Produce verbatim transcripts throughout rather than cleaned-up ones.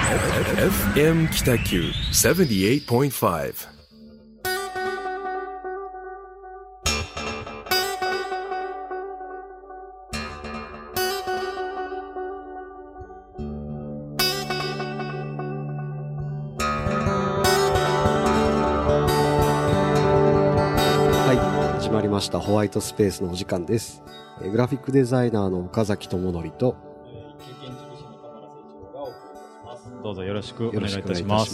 エフエム 北九 セブンティエイトポイントファイブ。 始まりましたホワイトスペースのお時間です。グラフィックデザイナーの岡崎智則と一級建築士の田村誠一郎がお送りいたします。どうぞよろしくお願いいたします。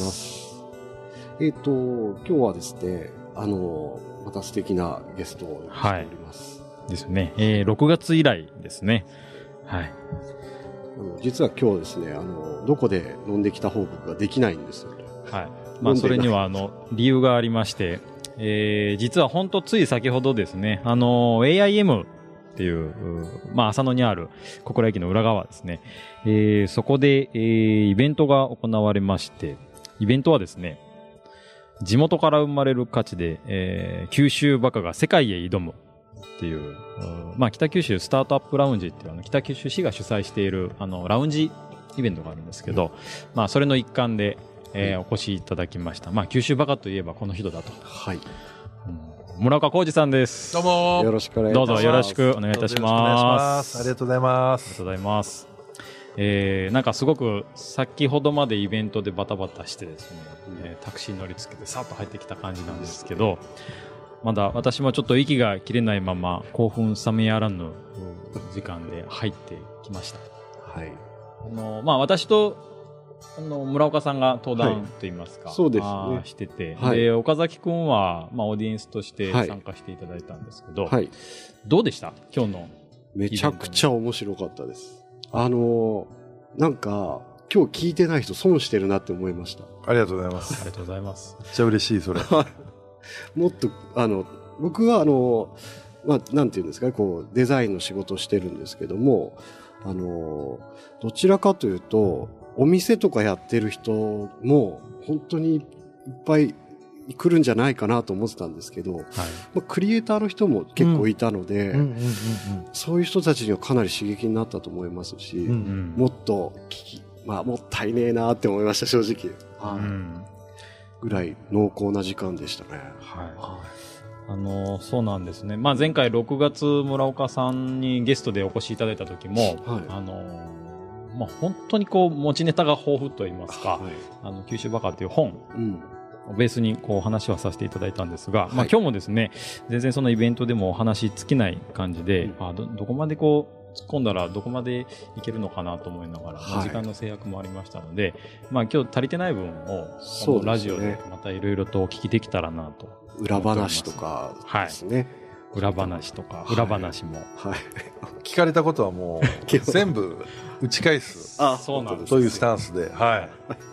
えっと今日はですね、あのまた素敵なゲストを呼んでおります。 はい、ですね、えー。ろくがつ以来ですね。はい。 あの実は今日ですね、あのどこで飲んできた報告ができないんですよね。 はい。まあそれにはあの理由がありまして。えー、実は本当つい先ほどですね、あのー、エーアイエム っていう、まあ、浅野にある小倉駅の裏側ですね、えー、そこで、えー、イベントが行われまして、イベントはですね、地元から生まれる価値で、えー、九州バカが世界へ挑むっていう、まあ、北九州スタートアップラウンジっていうあの北九州市が主催しているあのラウンジイベントがあるんですけど、まあ、それの一環で、えー、お越しいただきました。まあ、九州バカといえばこの人だと。 はい。 うん、村岡浩二さんです。 どうも。 よろしくお願いいたします。 どうぞよろしくお願いいたします。 ありがとうございます。 ありがとうございます。えー、なんかすごく先ほどまでイベントでバタバタしてですね、うんえー、タクシー乗りつけてさっと入ってきた感じなんですけど、まだ私もちょっと息が切れないまま興奮冷めやらぬ時間で入ってきました。 はい。 あのまあ私とあの村岡さんが登壇といいますか、 はい、そうですね、 してて、 はい、 で岡崎くんは、まあ、オーディエンスとして参加していただいたんですけど、 はい、 どうでした今日の？ めちゃくちゃ面白かったです。あのなんか今日聞いてない人損してるなって思いました。 ありがとうございます。 ありがとうございます。 めっちゃ嬉しいそれ。 もっとあの僕はあのまあなんていうんですかね、こうデザインの仕事をしてるんですけども、あのどちらかというとお店とかやってる人も本当にいっぱい来るんじゃないかなと思ってたんですけど、はい、まあ、クリエイターの人も結構いたので、そういう人たちにはかなり刺激になったと思いますし、うんうん、もっと聞き、まあ、もったいねえなって思いました正直、はい、うん、ぐらい濃厚な時間でしたね。 はい、あのそうなんですね、まあ、前回ろくがつ村岡さんにゲストでお越しいただいた時も、はい、あのまあ、本当にこう持ちネタが豊富といいますか、はい、あの九州バカという本をベースにこう話はさせていただいたんですが、はい、まあ、今日もですね全然そのイベントでも話尽きない感じで、うん、あ ど, どこまでこう突っ込んだらどこまでいけるのかなと思いながら、はい、まあ、時間の制約もありましたので、まあ、今日足りてない分をこのラジオでまたいろいろとお聞きできたらなと。 裏話とかですね、はい、 裏話とか裏話も、はいはい、聞かれたことはもう全部打ち返す、 あ、そうなんです、 そういうスタンスで、はい、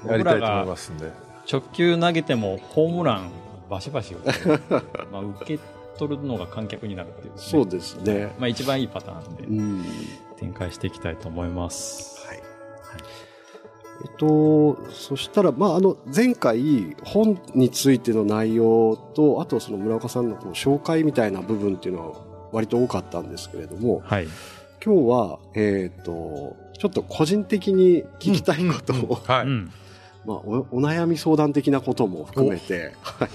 やりたいと思いますんで。 直球投げてもホームランバシバシ打てるまあ受け取るのが観客になるっていう、ね、 そうですね、まあ、 一番いいパターンで、うん、展開していきたいと思います。はい、はい、 えっとそしたら、まあ、あの前回本についての内容と、あとその村岡さんのこう紹介みたいな部分っていうのは割と多かったんですけれども、はい、今日は、えー、とちょっと個人的に聞きたいことを、うんうんうん、はい、まあ、お, お悩み相談的なことも含めて、はい、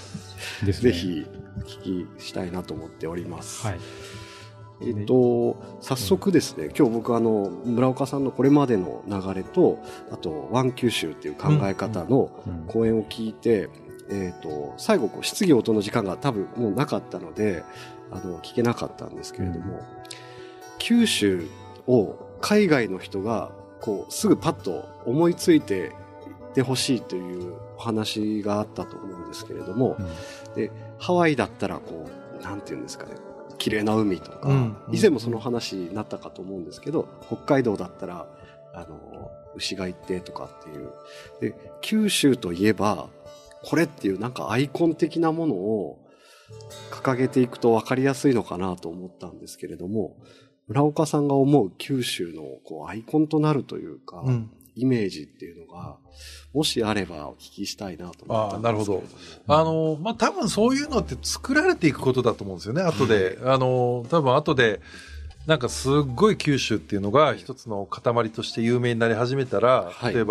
ね、ぜひ聞きしたいなと思っております。はい、えっと、早速ですね、うん、今日僕あの村岡さんのこれまでの流れと、あとワン九州っていう考え方の講演を聞いて、うんうん、えっと最後こう質疑応答の時間が多分もうなかったのであの聞けなかったんですけれども、うん、九州を海外の人がこうすぐパッと思いついていってほしいというお話があったと思うんですけれども、うん、でハワイだったらこうなんていうんですかね、綺麗な海とか、うん、以前もその話になったかと思うんですけど、北海道だったらあの牛がいてとかっていう、で九州といえばこれっていうなんかアイコン的なものを掲げていくと分かりやすいのかなと思ったんですけれども、村岡さんが思う九州のこうアイコンとなるというか、うん、イメージっていうのがもしあればお聞きしたいなと思ったんですけれども。あ、なるほど。 あの、まあ、多分そういうのって作られていくことだと思うんですよね、後で。はい、あの、多分後で、なんかすっごい九州っていうのが一つの塊として有名になり始めたら、はい、例えば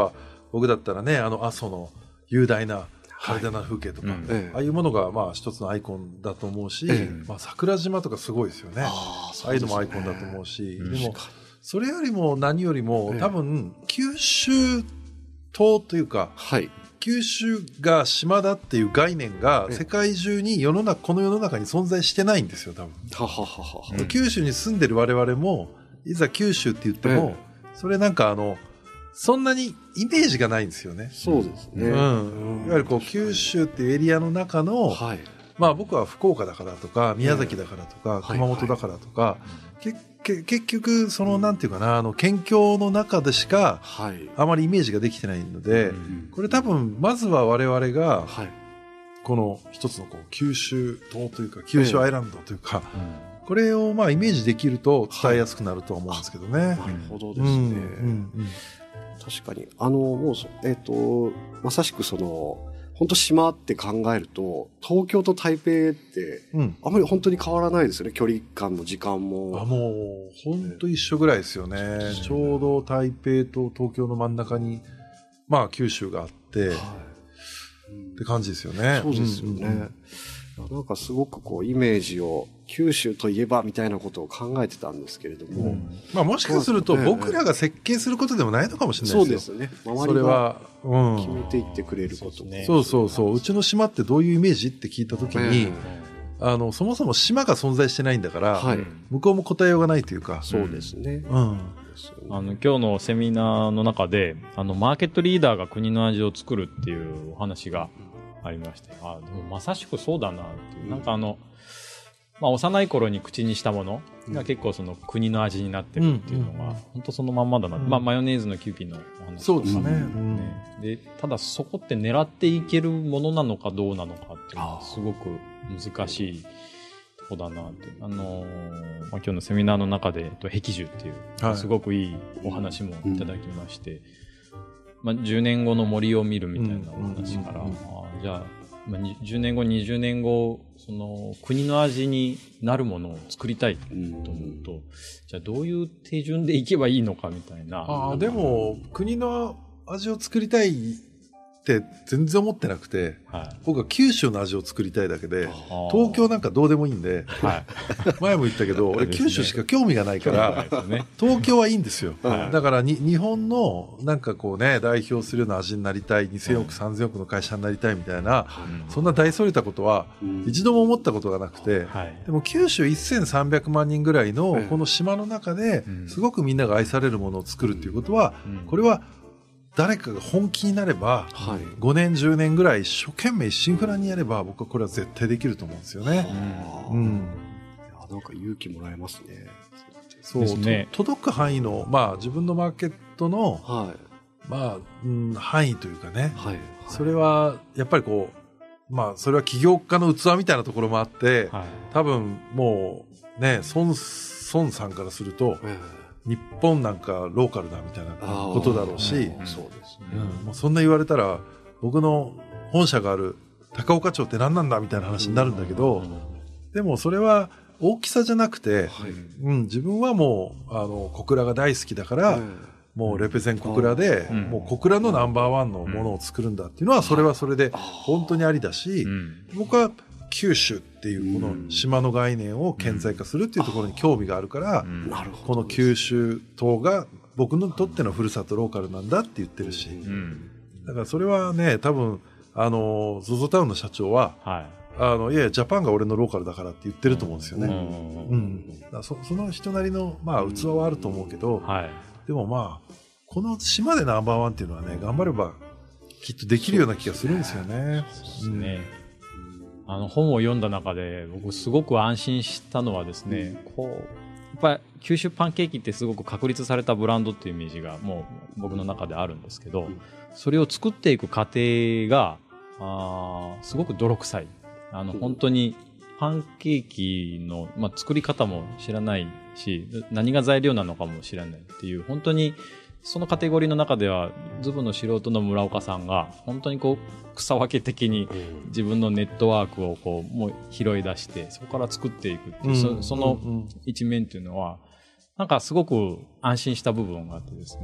僕だったらね、あの阿蘇の雄大な派手な風景とか、 はいええああいうものがまあ一つのアイコンだと思うし、 ええまあ、桜島とかすごいですよね。あああいうのもアイコンだと思うし、 うんでもそれよりも何よりも、 ええ多分九州島というかはい。 九州が島だっていう概念がええ世界中に世の中この世の中に存在してないんですよ多分、 はははは。 うん九州に住んでる我々もいざ九州って言っても、それなんかあのそんなにイメージがないんですよね。 そうですね。 うん、いわゆるこう九州っていうエリアの中の、 はい。 まあ僕は福岡だからとか宮崎だからとか、 ええ熊本だからとか、けけ結局そのなんていうかなあの県境の中でしかはい。 あまりイメージができてないので、 うんこれ多分まずは我々がはい。 この一つのこう九州島というか九州アイランドというか、これをまあイメージできると伝えやすくなるとは思うんですけどね。 なるほどですね。 うんうん確かに。あの、もうそ、えっ、と、まさしくその、本当島って考えると、東京と台北って、 うんうんあまり本当に変わらないですよね。距離感も時間あも。 もう本当一緒ぐらいですよね。ちょうど台北と東京の真ん中にまあ九州があって、 はいって感じですよね。 そうですよね。 うんうんなんかすごくこう、イメージを、九州といえばみたいなことを考えてたんですけれども。 まあもしかするとそうですね僕らが設計することでもないのかもしれなそいうですよ。 ですね。周そりがれは、うん。 決めていってくれることそうですねそうそうそう。うちの島ってどういうイメージって聞いたときに、 えあの、そもそも島が存在してないんだから、 はい。 向こうも答えようがないというか。 そうですね。 うん。 ですよねあの今日のセミナーの中であのマーケットリーダーが国の味を作るっていうお話がありまして、あでもまさしくそうだなっていう、なんかあの、まあ、幼い頃に口にしたものが結構その国の味になってるっていうのが、 うん本当そのまんまだな、 うんまあ、マヨネーズのキューピーのお話そうですね。 とかうんねでただそこって狙っていけるものなのかどうなのかっていうのはすごく難しいとこだなってあのーまあ、今日のセミナーの中でえっと碧樹っていう、 はいすごくいいお話もいただきまして、まあ、じゅうねんごの森を見るみたいなお話から、 うんうんうんうんあーじゃあ、まあ、にじゅうねんごにじゅうねんごその国の味になるものを作りたいとうん思うと、じゃあどういう手順でいけばいいのかみたいな。 ああ、でも、国の味を作りたいって全然思ってなくて、 はい、 僕は九州の味を作りたいだけで、 あー東京なんかどうでもいいんで、 はい前も言ったけど、俺九州しか興味がないから、 そうですよね東京はいいんですよ。 はいだからに日本のなんかこうね、代表するような味になりたい、にせんおく、さんぜんおくの会社になりたいみたいな、そんな大それたことはうん一度も思ったことがなくて、 はいでも九州せんさんびゃくまんにんぐらいのええこの島の中でうんすごくみんなが愛されるものを作るっていうことは、 うんこれは誰かが本気になればはい。 ごねんじゅうねんぐらい一生懸命一心不乱にやれば僕はこれは絶対できると思うんですよね。 あーいうん、 やなんか勇気もらえますね。 そうですねと届く範囲の、まあ、自分のマーケットの、 はい。 まあうん、範囲というかね、 はい。 それはやっぱりこう、まあ、それは起業家の器みたいなところもあって、 はい多分もうね孫孫さんからするとえ日本なんかローカルだみたいなことだろうし、 えうんそうですね。 うんもうそんな言われたら僕の本社がある高岡町って何なんだみたいな話になるんだけど、でもそれは大きさじゃなくて、 はい。 うん、自分はもうあの小倉が大好きだから、 えもうレペゼン小倉で、 うんもう小倉のナンバーワンのものを作るんだっていうのは、それはそれで本当にありだし、 うん僕は九州っていうこの島の概念を顕在化するっていうところに興味があるから、 うんなるほど。 この九州島が僕にとってのふるさとローカルなんだって言ってるし、 うんだからそれはね、多分あの ゾゾ タウンの社長ははいあのいやいやジャパンが俺のローカルだからって言ってると思うんですよね。 うんうん、だからそその人なりの、まあ、器はあると思うけど、 はいでもまあこの島でナンバーワンっていうのはね、頑張ればきっとできるような気がするんですよね。 ですね。あの本を読んだ中で僕すごく安心したのはですね、こうやっぱり九州パンケーキってすごく確立されたブランドっていうイメージがもう僕の中であるんですけど、それを作っていく過程があーすごく泥臭い。あの本当にパンケーキの、まあ、作り方も知らないし、何が材料なのかも知らないっていう本当にそのカテゴリーの中ではズブの素人の村岡さんが本当にこう草分け的に自分のネットワークをこうもう拾い出してそこから作っていくっていう、そその一面っていうのはなんかすごく安心した部分があってですね、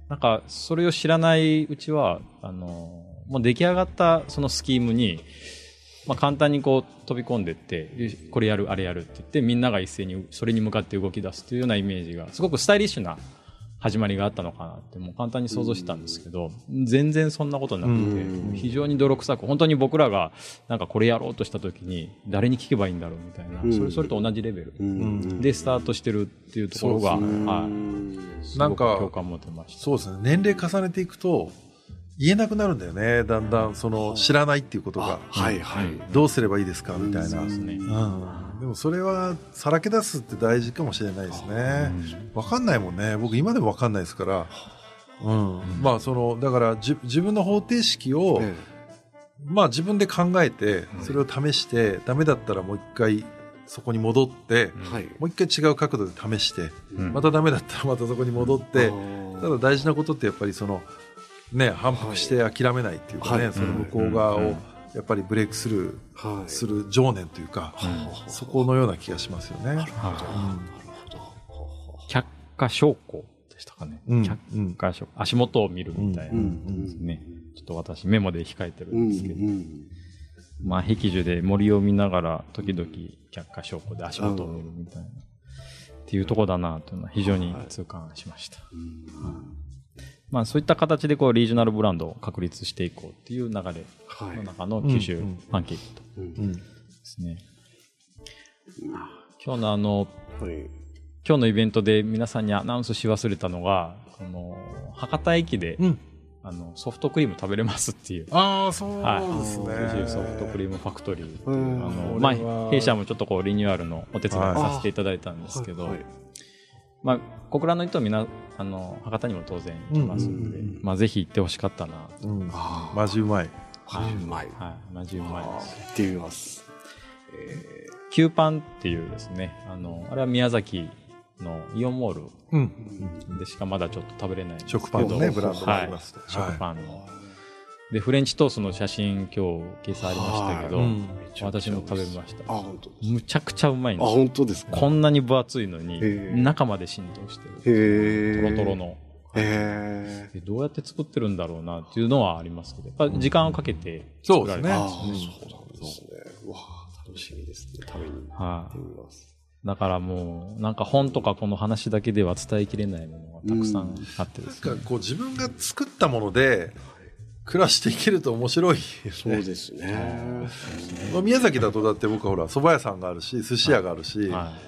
なんかそれを知らないうちはあのもう出来上がったそのスキームに、まあ、簡単にこう飛び込んでいってこれやるあれやるって言ってみんなが一斉にそれに向かって動き出すというようなイメージがすごくスタイリッシュな始まりがあったのかなってもう簡単に想像してたんですけど、全然そんなことなくて非常に泥臭く本当に僕らがなんかこれやろうとした時に誰に聞けばいいんだろうみたいな、それそれと同じレベルでスタートしてるっていうところが、はい、すごく共感持てました。 そうですね、年齢重ねていくと言えなくなるんだよね、だんだんその知らないっていうことが、 はいはい、 どうすればいいですかみたいな、 そうですね、 うんでもそれはさらけ出すって大事かもしれないですね。分かんないもんね、僕今でも分かんないですから、うんうん、まあそのだからじ自分の方程式を、ええ、まあ自分で考えてそれを試して、うん、ダメだったらもう一回そこに戻って、はい、もう一回違う角度で試して、うん、またダメだったらまたそこに戻って、うん、ただ大事なことってやっぱりそのね反復して諦めないっていうかね、はい、その向こう側を、うんうんやっぱりブレイクスルーする情念というか、はい、そこのような気がしますよね。 脚下昇降でしたかね。うん、脚下昇降、足元を見るみたいなですね、うんうん。ちょっと私メモで控えてるんですけど、うんうん、まあ壁樹で森を見ながら時々脚下昇降で足元を見るみたいな、っていうところだなというのは非常に痛感しました。はいはいまあ、そういった形でこうリージョナルブランドを確立していこうっていう流れの中の九州パンケーキとですね。今日のあの、はい、今日のイベントで皆さんにアナウンスし忘れたのが、あの博多駅で、うん、あのソフトクリーム食べれますっていう。 ああ、そうですね。 九州ソフトクリームファクトリーっていう、あのまあ弊社もちょっとこうリニューアルのお手伝いさせていただいたんですけど。はいはいまあ、小倉の人はみんなあの博多にも当然来ますので、うんうんうんまあ、ぜひ行ってほしかったなと、うん、 マジうまいマジうまい、 はい、マジうまいです。 行ってみます。 えー、キューパンっていうですねあのあれは宮崎のイオンモールでしかまだちょっと食べれないんですけど、 食パンのねブランドがありますと、 はい、食パンの、はいでフレンチトーストの写真今日掲載ありましたけど、うん、私も食べました。あ本当むちゃくちゃうまいんですよ。 あ本当ですか。 こんなに分厚いのに中まで浸透してるトロトロのへでどうやって作ってるんだろうなっていうのはありますけどやっぱ時間をかけて作られてますね。 そうなんですね。うわ楽しみですね。食べに行ってみます。 だからもうなんか本とかこの話だけでは伝えきれないものがたくさんあってですね。 なんかこう自分が作ったもので暮らしていけると面白いよね。 そうですね。 宮崎だとだって僕はほら蕎麦屋さんがあるし寿司屋があるし、はいはい、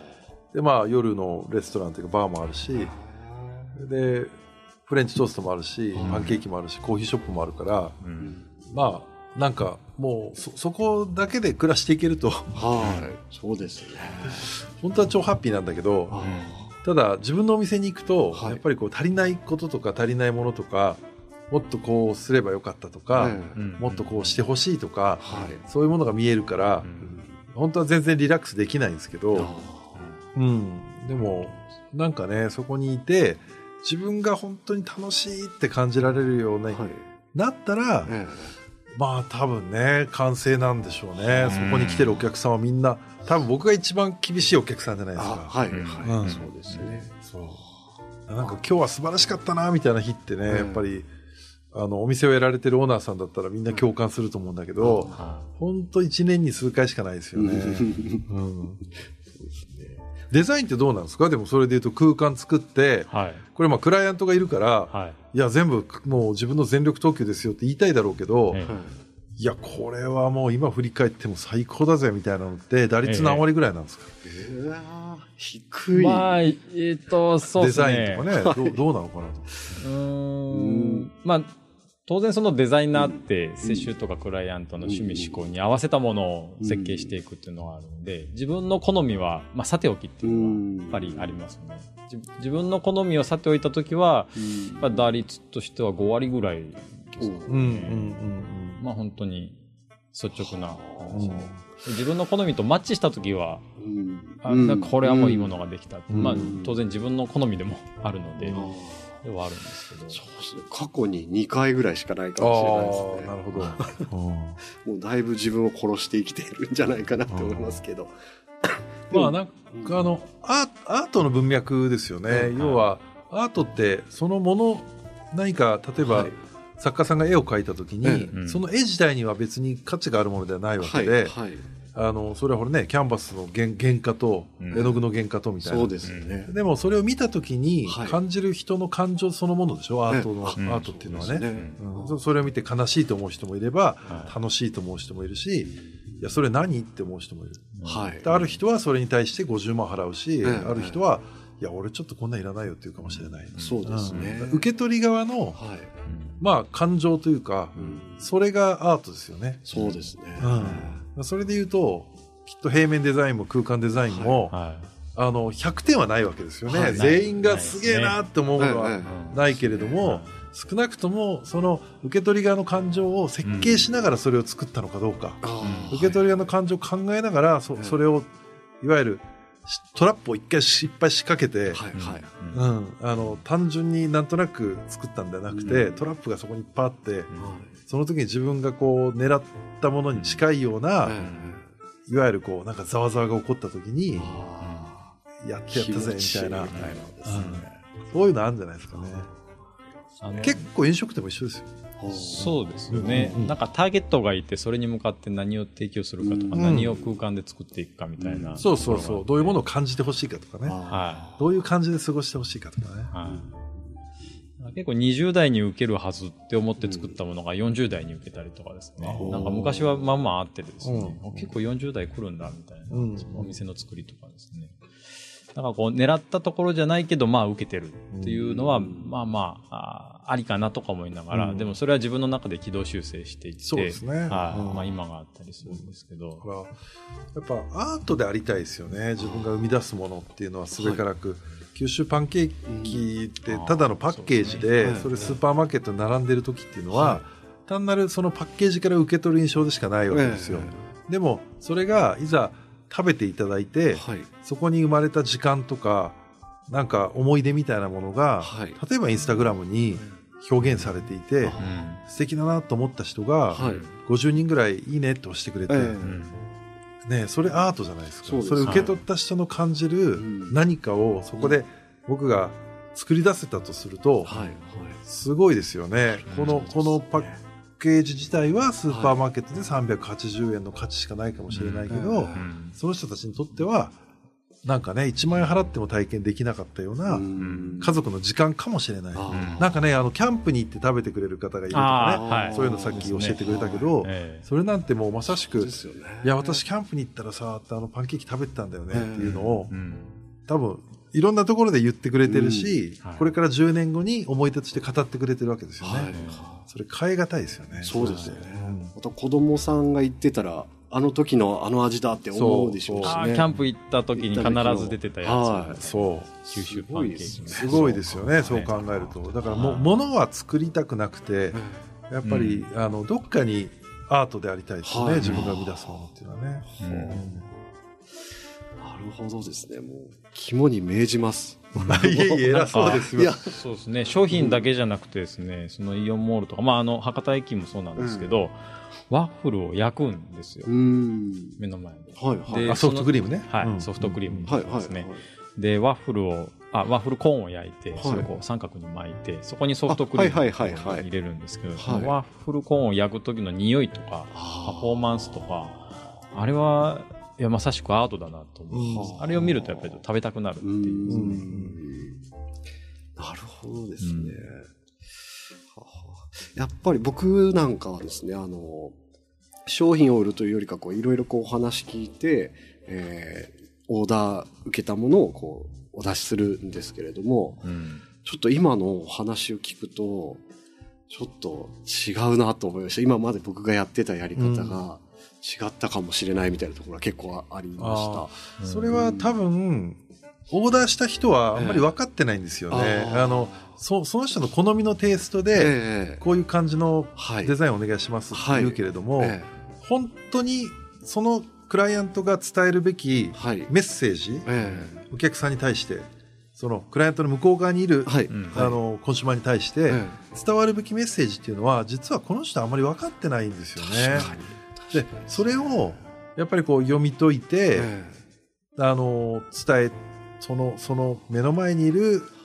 でまあ夜のレストランというかバーもあるしでフレンチトーストもあるし、うん、パンケーキもあるしコーヒーショップもあるから、うん、まあなんかもう そ, そこだけで暮らしていけるとはいそうですね。 本当は超ハッピーなんだけど、ただ自分のお店に行くと、はい、やっぱりこう足りないこととか足りないものとかもっとこうすればよかったとか、うん、もっとこうしてほしいとか、うん、そういうものが見えるから、うん、本当は全然リラックスできないんですけど、うん、でもなんかねそこにいて自分が本当に楽しいって感じられるような、はい、なったら、うん、まあ多分ね完成なんでしょうね、うん、そこに来てるお客さんはみんな多分僕が一番厳しいお客さんじゃないですか。 はい、はいうん、そうですね。 そうなんか今日は素晴らしかったなみたいな日ってね、うん、やっぱりあのお店をやられてるオーナーさんだったらみんな共感すると思うんだけど、うん、本当一年に数回しかないですよね。うんデザインってどうなんですか。でもそれでいうと空間作って、はい、これまあクライアントがいるから、はい、いや全部もう自分の全力投球ですよって言いたいだろうけど、はい、いやこれはもう今振り返っても最高だぜみたいなのって打率何割ぐらいなんですか。 えー、うわ低い。 まあえっ、ー、とそうですね。 デザインとかねどうどうなのかなと。 うーんまあ当然そのデザイナーって接種とかクライアントの趣味思考に合わせたものを設計していくっていうのがあるので、自分の好みは、まあ、さておきっていうのはやっぱりありますね。自分の好みをさておいたときは、やっぱ打率としてはご割ぐらいですかね。まあ本当に率直な話。自分の好みとマッチしたときは、あこれはもういいものができた。まあ当然自分の好みでもあるので。ではあるんですけど、 そうですね、過去ににかいぐらいしかないかもしれないですね。 なるほどもうだいぶ自分を殺して生きているんじゃないかなと思いますけどまあなんかあのアートの文脈ですよね、はい、要はアートってそのもの何か例えば、はい、作家さんが絵を描いた時に、 ええ、 その絵自体には別に価値があるものではないわけで、はいはい、あのそれはほらねキャンバスの 原, 原価と絵の具の原価とみたいな、 うん、そうですね、 でもそれを見た時に感じる人の感情そのものでしょ、はい、アートの、アートっていうのはね、ね、うん、それを見て悲しいと思う人もいれば、はい、楽しいと思う人もいるし、いやそれ何って思う人もいる、はい、ある人はそれに対してごじゅうまん払うし、はい、ある人はいや俺ちょっとこんなんいらないよっていうかもしれない、 そうですね、 うん、受け取り側の、はい、まあ感情というか、うん、それがアートですよね。 そうですね、 うん、それで言うときっと平面デザインも空間デザインも、はいはい、あのひゃくてんはないわけですよね、はい、全員がすげえなって思うものはないけれども、少なくともその受け取り側の感情を設計しながらそれを作ったのかどうか、うん、受け取り側の感情を考えながら そ, それをいわゆるトラップを一回いっぱい仕掛けて、はいはい、うん、あの単純になんとなく作ったんではなくて、うん、トラップがそこにいっぱいあって、うん、その時に自分がこう狙ったものに近いような、うん、いわゆるこうなんかざわざわが起こった時に、うん、やってやったぜみたいな、うん、そういうのあるんじゃないですかね。あの結構飲食店も一緒ですよ。 そうですよね、うんうん、なんかターゲットがいてそれに向かって何を提供するかとか、うん、何を空間で作っていくかみたいな、うん、 そうそうそう、どういうものを感じてほしいかとかね、はい、どういう感じで過ごしてほしいかとかね、はい、 結構にじゅう代に受けるはずって思って作ったものがよんじゅう代に受けたりとかですね、うん、なんか昔はまんまあってですね、うん、結構よんじゅう代来るんだみたいな、うん、そのお店の作りとかですね、なんかこう狙ったところじゃないけどまあ受けてるっていうのは、うん、まあまあありかなとか思いながら、うん、でもそれは自分の中で軌道修正していって、 そうですね、 はい、うん、まあ、今があったりするんですけど、 やっぱアートでありたいですよね。自分が生み出すものっていうのはすべからく、はい、九州パンケーキってただのパッケージで、うん、それスーパーマーケットに並んでる時っていうのは、はい、単なるそのパッケージから受け取る印象でしかないわけですよ、はい、でもそれがいざ食べていただいて、はい、そこに生まれた時間とかなんか思い出みたいなものが、はい、例えばインスタグラムに表現されていて、うん、素敵だなと思った人が、はい、ごじゅうにんぐらいいいねって押してくれて、えーね、それアートじゃないですか。 そ, それ受け取った人の感じる何かをそこで僕が作り出せたとすると、はいはい、すごいですよね、この、このパッケージ自体はスーパーマーケットでさんびゃくはちじゅうえんの価値しかないかもしれないけど、はい、その人たちにとってはなんかねいちまんえん払っても体験できなかったような家族の時間かもしれない。なんかねあのキャンプに行って食べてくれる方がいるとかね、はい、そういうのさっき教えてくれたけど、ね、それなんてもうまさしく、ね、いや私キャンプに行ったらさあのパンケーキ食べてたんだよねっていうのを、うん、多分いろんなところで言ってくれてるし、うんはい、これからじゅうねんごに思い出として語ってくれてるわけですよね、はい、それ変え難いですよね。 そうですよね、うん、また子供さんが言ってたらあの時のあの味だって思うでしょうしね。 キャンプ行った時に必ず出てたやつ、はい、 そう九州パンケーキすごいですよね。そう考えるとだからも、はい、物は作りたくなくてやっぱり、うん、あのどっかにアートでありたいですね、はい、自分が生み出すものっていうのはね、うん、 なるほどですね。もう肝に銘じますいえいえ偉そうですよ。 いやそうですね、商品だけじゃなくてですね、そのイオンモールとか、まあ、あの博多駅もそうなんですけど、うんワッフルを焼くんですよ。うん目の前で。はいはい、でソフトクリームね。 はい、うん、ソフトクリームですね。でワッフルをあワッフルコーンを焼いて、はい、それをこう三角に巻いてそこにソフトクリームを入れるんですけど、はい、ワッフルコーンを焼く時の匂いとかパフォーマンスとかあれはいやまさしくアートだなと思います。あれを見るとやっぱり食べたくなるっていうですね。 なるほどですね。うんやっぱり僕なんかはですね、あの商品を売るというよりかこういろいろこうお話聞いて、えー、オーダー受けたものをこうお出しするんですけれども、うん、ちょっと今のお話を聞くとちょっと違うなと思いました。今まで僕がやってたやり方が違ったかもしれないみたいなところが結構ありました。 うん、それは多分オーダーした人はあんまり分かってないんですよね。えー、あの そ, その人の好みのテイストでこういう感じのデザインをお願いしますって言うけれども、はいはいえー、本当にそのクライアントが伝えるべきメッセージ、えー、お客さんに対してそのクライアントの向こう側にいる、はい、あのコンシューマーに対して伝わるべきメッセージっていうのは実はこの人はあまり分かってないんですよね。でそれをやっぱりこう読み解いて、えー、あの伝えそのその目の前にいる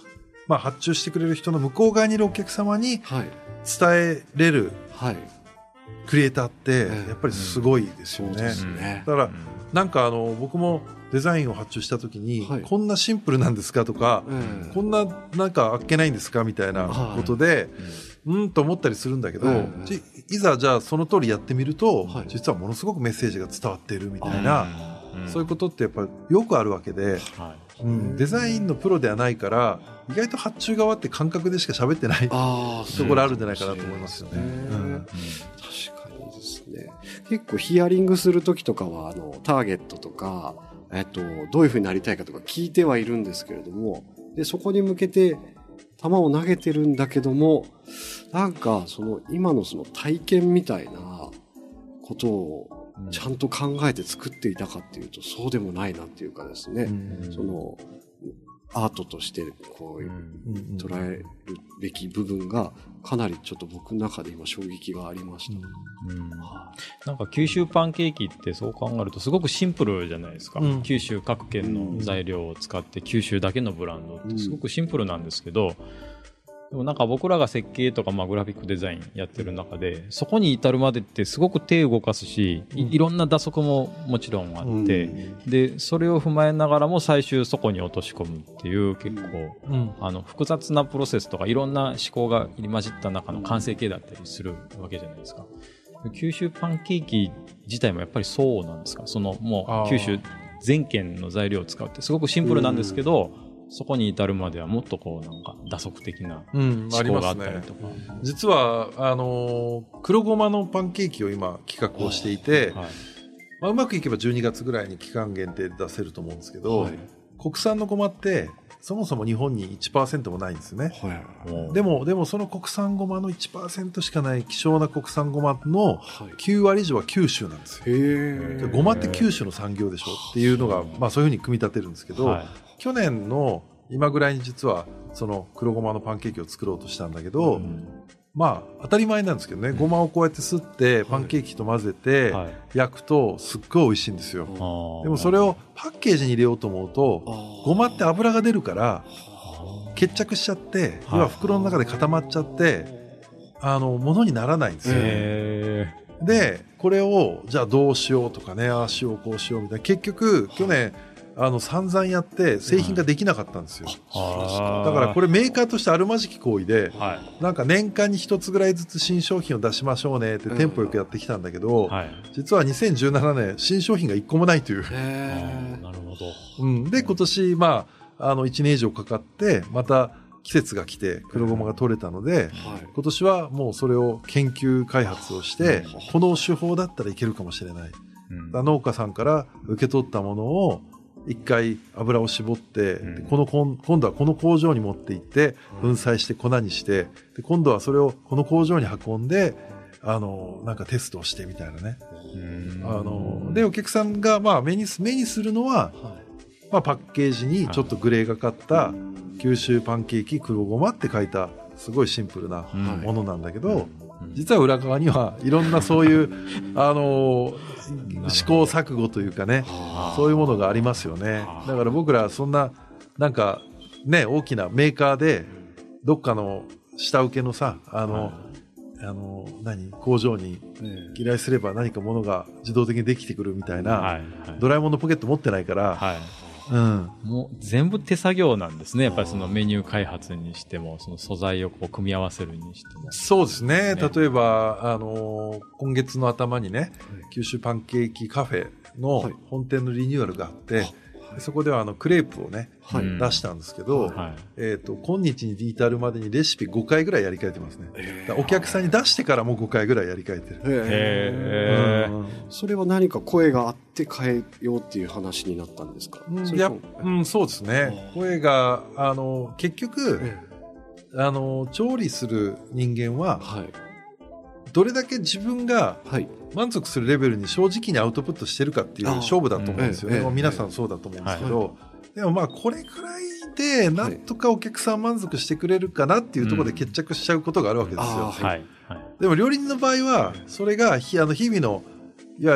まあ、発注してくれる人の向こう側にいるお客様にはい。 伝えれるはい。 クリエイターってええやっぱりすごいですよね。 そうですね。 だからなんかあの僕もデザインを発注した時に、 はいこんなシンプルなんですかとか、 ええこんななんかあっけないんですかみたいなことで、うんと思ったりするんだけど、 ええじいざじゃあその通りやってみると、 はい実はものすごくメッセージが伝わっているみたいな、 うんそういうことってやっぱりよくあるわけで、 はうん、デザインのプロではないから意外と発注側って感覚でしか喋ってないああ、 ところあるんじゃないかなと思いますよね。 うんうん確かにですね。結構ヒアリングするときとかは、あの、ターゲットとか、えっと、どういうふうになりたいかとか聞いてはいるんですけれども、で、そこに向けて球を投げてるんだけども、なんか、その、今のその体験みたいなことをちゃんと考えて作っていたかっていうと、そうでもないなっていうかですね、 うんその、アートとしてこう、 い。うんうん捉えるべき部分がかなりちょっと僕の中で今衝撃がありました。 うんなんか九州パンケーキってそう考えるとすごくシンプルじゃないですか、 うん九州各県の材料を使って九州だけのブランドってすごくシンプルなんですけど、でもなんか僕らが設計とかまあグラフィックデザインやってる中でそこに至るまでってすごく手を動かすし、いいろんな打足ももちろんあって、でそれを踏まえながらも最終そこに落とし込むっていう結構うんあの複雑なプロセスとかいろんな思考が入り混じった中の完成形だったりするわけじゃないですか。九州パンケーキ自体もやっぱりそうなんですか。そのもあーう九州全県の材料を使うってすごくシンプルなんですけど、そこに至るまではもっとこうなんか打足的なうん、あ思考がありますね。 ったりとか。 実はあのー黒ごまのパンケーキを今企画をしていて、 はいまあ、うまくいけばじゅうにがつぐらいに期間限定で出せると思うんですけど、 はい国産のごまってそもそも日本に いちパーセント もないんですよね。 はい。 でもでもその国産ごまの いちパーセント しかない希少な国産ごまのはい。 きゅうわり以上は九州なんですよ。 へえ。 ごまって九州の産業でしょっていうのが、まあ、そういうふうに組み立てるんですけど、 はい去年の今ぐらいに実はその黒ごまのパンケーキを作ろうとしたんだけど、まあ当たり前なんですけどね、ごまをこうやってすってパンケーキと混ぜてはい焼くとすっごい美味しいんですよ。 あーでもそれをパッケージに入れようと思うとごまって油が出るから決着しちゃって要は袋の中で固まっちゃってあの物にならないんですよ。 へでこれをじゃあどうしようとかね、ああしようこうしようみたいな、結局去年あの散々やって製品ができなかったんですよ。 ーだからこれメーカーとしてあるまじき行為で、 はいなんか年間に一つぐらいずつ新商品を出しましょうねってテンポよくやってきたんだけど、 はい実はにせんじゅうななねん新商品がいっこもないという、 へあえー。なるほど。 うん、で今年まああのいちねん以上かかってまた季節が来て黒ごまが取れたので、 はい。 今年はもうそれを研究開発をして、この手法だったらいけるかもしれない。 うんだから農家さんから受け取ったものを一回油を絞って、 うんでこのこん今度はこの工場に持って行って粉砕して粉にして、で今度はそれをこの工場に運んであのなんかテストをしてみたいなね。 うんあのでお客さんがまあ目にす目にするのは、まあ、パッケージにちょっとグレーがかった九州パンケーキ黒ごまって書いたすごいシンプルなうんものなんだけど、 うん実は裏側にはいろんなそういうあの試行錯誤というかね、そういうものがありますよね。だから僕らそんななんかね大きなメーカーでどっかの下請けのさあの、あの何工場に依頼すれば何かものが自動的にできてくるみたいな、 はいはいドラえもんのポケット持ってないから、 はいうん、 もう全部手作業なんですね。やっぱりそのメニュー開発にしても、その素材をこう組み合わせるにしても。 そうですね。 ね例えば、あのー今月の頭にね、九州パンケーキカフェのはい本店のリニューアルがあって、そこではあのクレープをね、 はいうん出したんですけど、 はいえっ、と、今日に至るまでにレシピごかいぐらいやり替えてますね。だからお客さんに出してからもごかいぐらいやり替えてる。 へーうんそれは何か声があって変えようっていう話になったんですか？ うんやそれともうん、そうですね。声が、あの、結局、 えあの、調理する人間は、 はい。 どれだけ自分がはい。 満足するレベルに正直にアウトプットしてるかっていうあー勝負だと思うんですよね。 ええええまあ皆さんそうだと思うんですけど、でもまあこれくらいでなんとかお客さん満足してくれるかなっていうところで決着しちゃうことがあるわけですよ。 あーはいはいでも料理人の場合はそれがひあの日々のいわゆる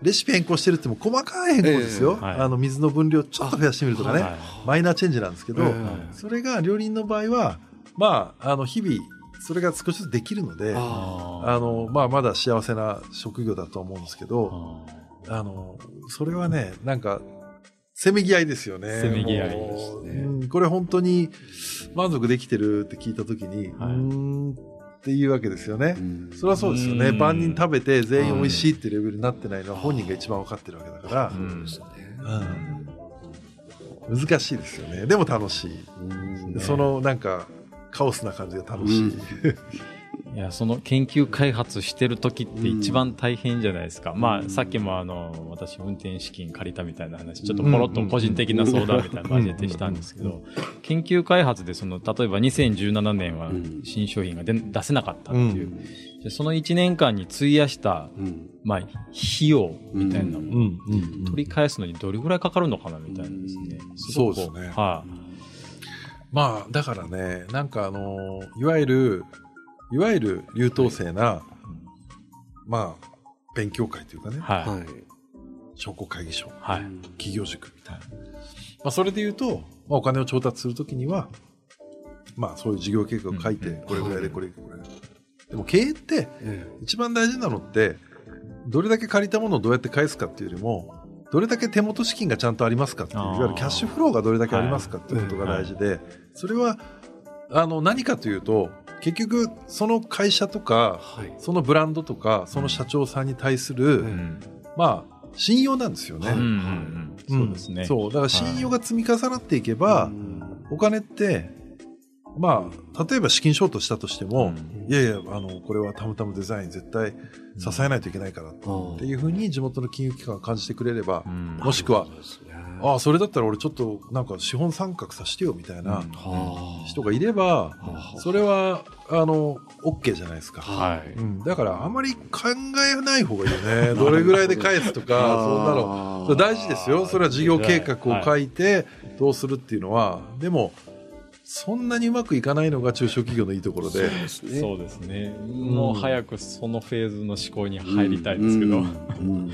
レシピ変更してるっても細かい変更ですよ、 えーはい、 あの水の分量ちょっと増やしてみるとかね、はい、マイナーチェンジなんですけど、 えー、 それが料理人の場合は、まあ、あの日々それが少しずつできるので、ああの、まあ、まだ幸せな職業だと思うんですけど、あのそれはねなんかせめぎ合いですよね。 せめぎ合いですね、 うん、これ本当に満足できてるって聞いたときに、はい、うーんっていうわけですよね。それはそうですよね。万人食べて全員美味しいってレベルになってないのは本人が一番分かってるわけだから、うんうん、難しいですよね。でも楽しい。そのなんかカオスな感じが楽しい。うんいやその研究開発してる時って一番大変じゃないですか、うん、まあさっきもあの私運転資金借りたみたいな話ちょっとポロッと個人的な相談みたいな感じでしたんですけど、研究開発でその例えばにせんじゅうななねんは新商品が出せなかったっていう、うん、そのいちねんかんに費やした、うん、まあ費用みたいなのを取り返すのにどれぐらいかかるのかなみたいなですね、 すそうですね、はい、まあだからねなんかあのいわゆるいわゆる優等生な、はい、まあ勉強会というかね、はい、商工会議所、はい、企業塾みたいな、まあ、それでいうと、まあ、お金を調達するときには、まあ、そういう事業計画を書いて、うん、これぐらいでこれぐらいで、はい、でも経営って一番大事なのってどれだけ借りたものをどうやって返すかっていうよりもどれだけ手元資金がちゃんとありますかっていういわゆるキャッシュフローがどれだけありますかっていうことが大事で、はい、それはあの何かというと結局その会社とか、はい、そのブランドとかその社長さんに対する、うん、まあ信用なんですよね、はいうんうんうん、そうですね。そうだから信用が積み重なっていけば、はい、お金ってまあ例えば資金ショートしたとしても、うん、いやいやあのこれはたむたむデザイン絶対支えないといけないからっていうふうに地元の金融機関が感じてくれれば、うん、もしくはああそれだったら俺ちょっとなんか資本参画させてよみたいな人がいれば、うん、それはあの OK じゃないですか、はいうん、だからあまり考えない方がいいよねどれぐらいで返すとかそんなの大事ですよ。それは事業計画を書いてどうするっていうのは、でもそんなにうまくいかないのが中小企業のいいところで、 そうですね、うん、もう早くそのフェーズの思考に入りたいですけど、うんうんうん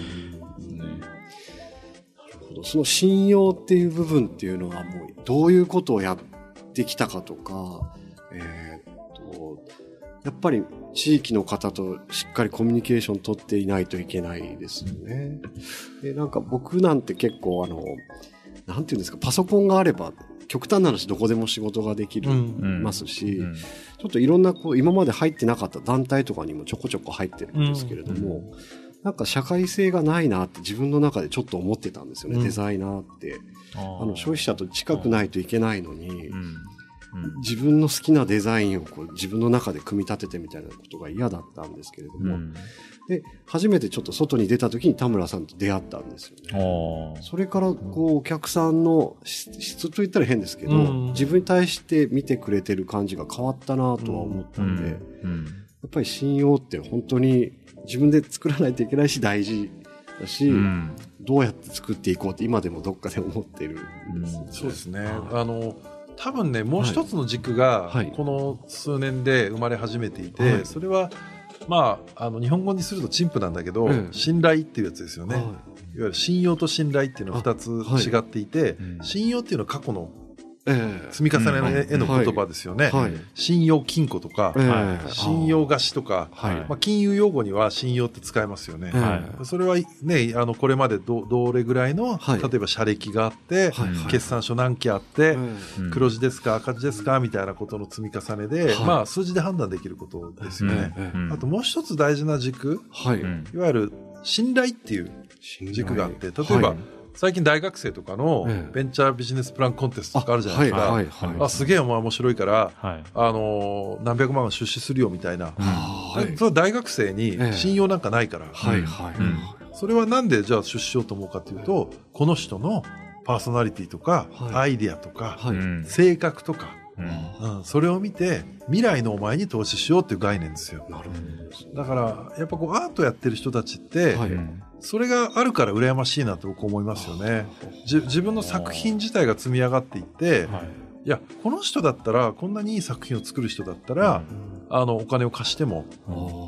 その信用っていう部分っていうのはもうどういうことをやってきたかとか、えー、とやっぱり地域の方としっかりコミュニケーション取っていないといけないですよね。でなんか僕なんて結構あのなんていうんですかパソコンがあれば極端な話どこでも仕事ができる、うん、ますし、うん、ちょっといろんなこう今まで入ってなかった団体とかにもちょこちょこ入ってるんですけれども、うんなんか社会性がないなって自分の中でちょっと思ってたんですよね、うん、デザイナーってあの消費者と近くないといけないのに、うんうん、自分の好きなデザインをこう自分の中で組み立ててみたいなことが嫌だったんですけれども、うん、で初めてちょっと外に出た時に田村さんと出会ったんですよね。それからこうお客さんの質と言ったら変ですけど、うん、自分に対して見てくれてる感じが変わったなとは思ったんで、うんうん、やっぱり信用って本当に自分で作らないといけないし大事だし、うん、どうやって作っていこうって今でもどっかで思ってるんです、ねうん、そうですね、はい、あの多分ねもう一つの軸がこの数年で生まれ始めていて、はい、それはまああの日本語にすると陳腐なんだけど、はい、信頼っていうやつですよね、はい、いわゆる信用と信頼っていうのはふたつ違っていて、はいうん、信用っていうのは過去の積み重ねの絵の言葉ですよね、はい、信用金庫とか、はい、信用貸しとか、はいまあ、金融用語には信用って使えますよね、はい、それは、ね、あのこれまで ど, どれぐらいの、はい、例えば社歴があって、はい、決算書何期あって、はい、黒字ですか赤字ですかみたいなことの積み重ねで、はいまあ、数字で判断できることですよね、はい、あともう一つ大事な軸、はい、いわゆる信頼っていう軸があって例えば、はい最近大学生とかのベンチャービジネスプランコンテストとかあるじゃないですか、はいはいはい、あすげえお前面白いから、はい、あの何百万出資するよみたいな、はい、それは大学生に信用なんかないから、はいはいうん、それはなんでじゃあ出資しようと思うかというとこの人のパーソナリティとか、はい、アイディアとか、はい、性格とか、うんうん、それを見て未来のお前に投資しようっていう概念ですよ。なるほど。だからやっぱこうアートやってる人たちって、はいそれがあるから羨ましいなと僕思いますよね。じ自分の作品自体が積み上がっていって、はい、いやこの人だったらこんなにいい作品を作る人だったら、うん、あのお金を貸しても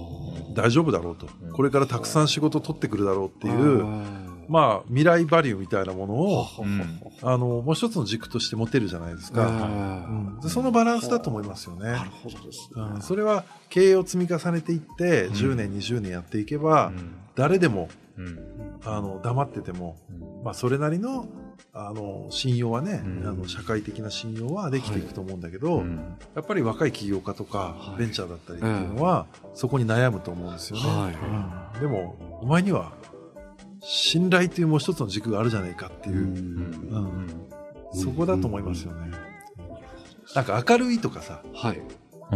大丈夫だろうと、これからたくさん仕事取ってくるだろうっていう、まあ、未来バリューみたいなものを、うん、あのもう一つの軸として持てるじゃないですか、うん、でそのバランスだと思いますよね。なるほどですね、うん、それは経営を積み重ねていってじゅうねんにじゅうねんやっていけば、うん、誰でも、うん、あの黙ってても、うん、まあ、それなりのあの信用はね、うん、あの社会的な信用はできていくと思うんだけど、はい、やっぱり若い起業家とか、はい、ベンチャーだったりっていうのは、うん、そこに悩むと思うんですよね、はい、うん、でもお前には信頼というもう一つの軸があるじゃないかっていう、うんうん、そこだと思いますよね、うん、なんか明るいとかさ、はい、うん、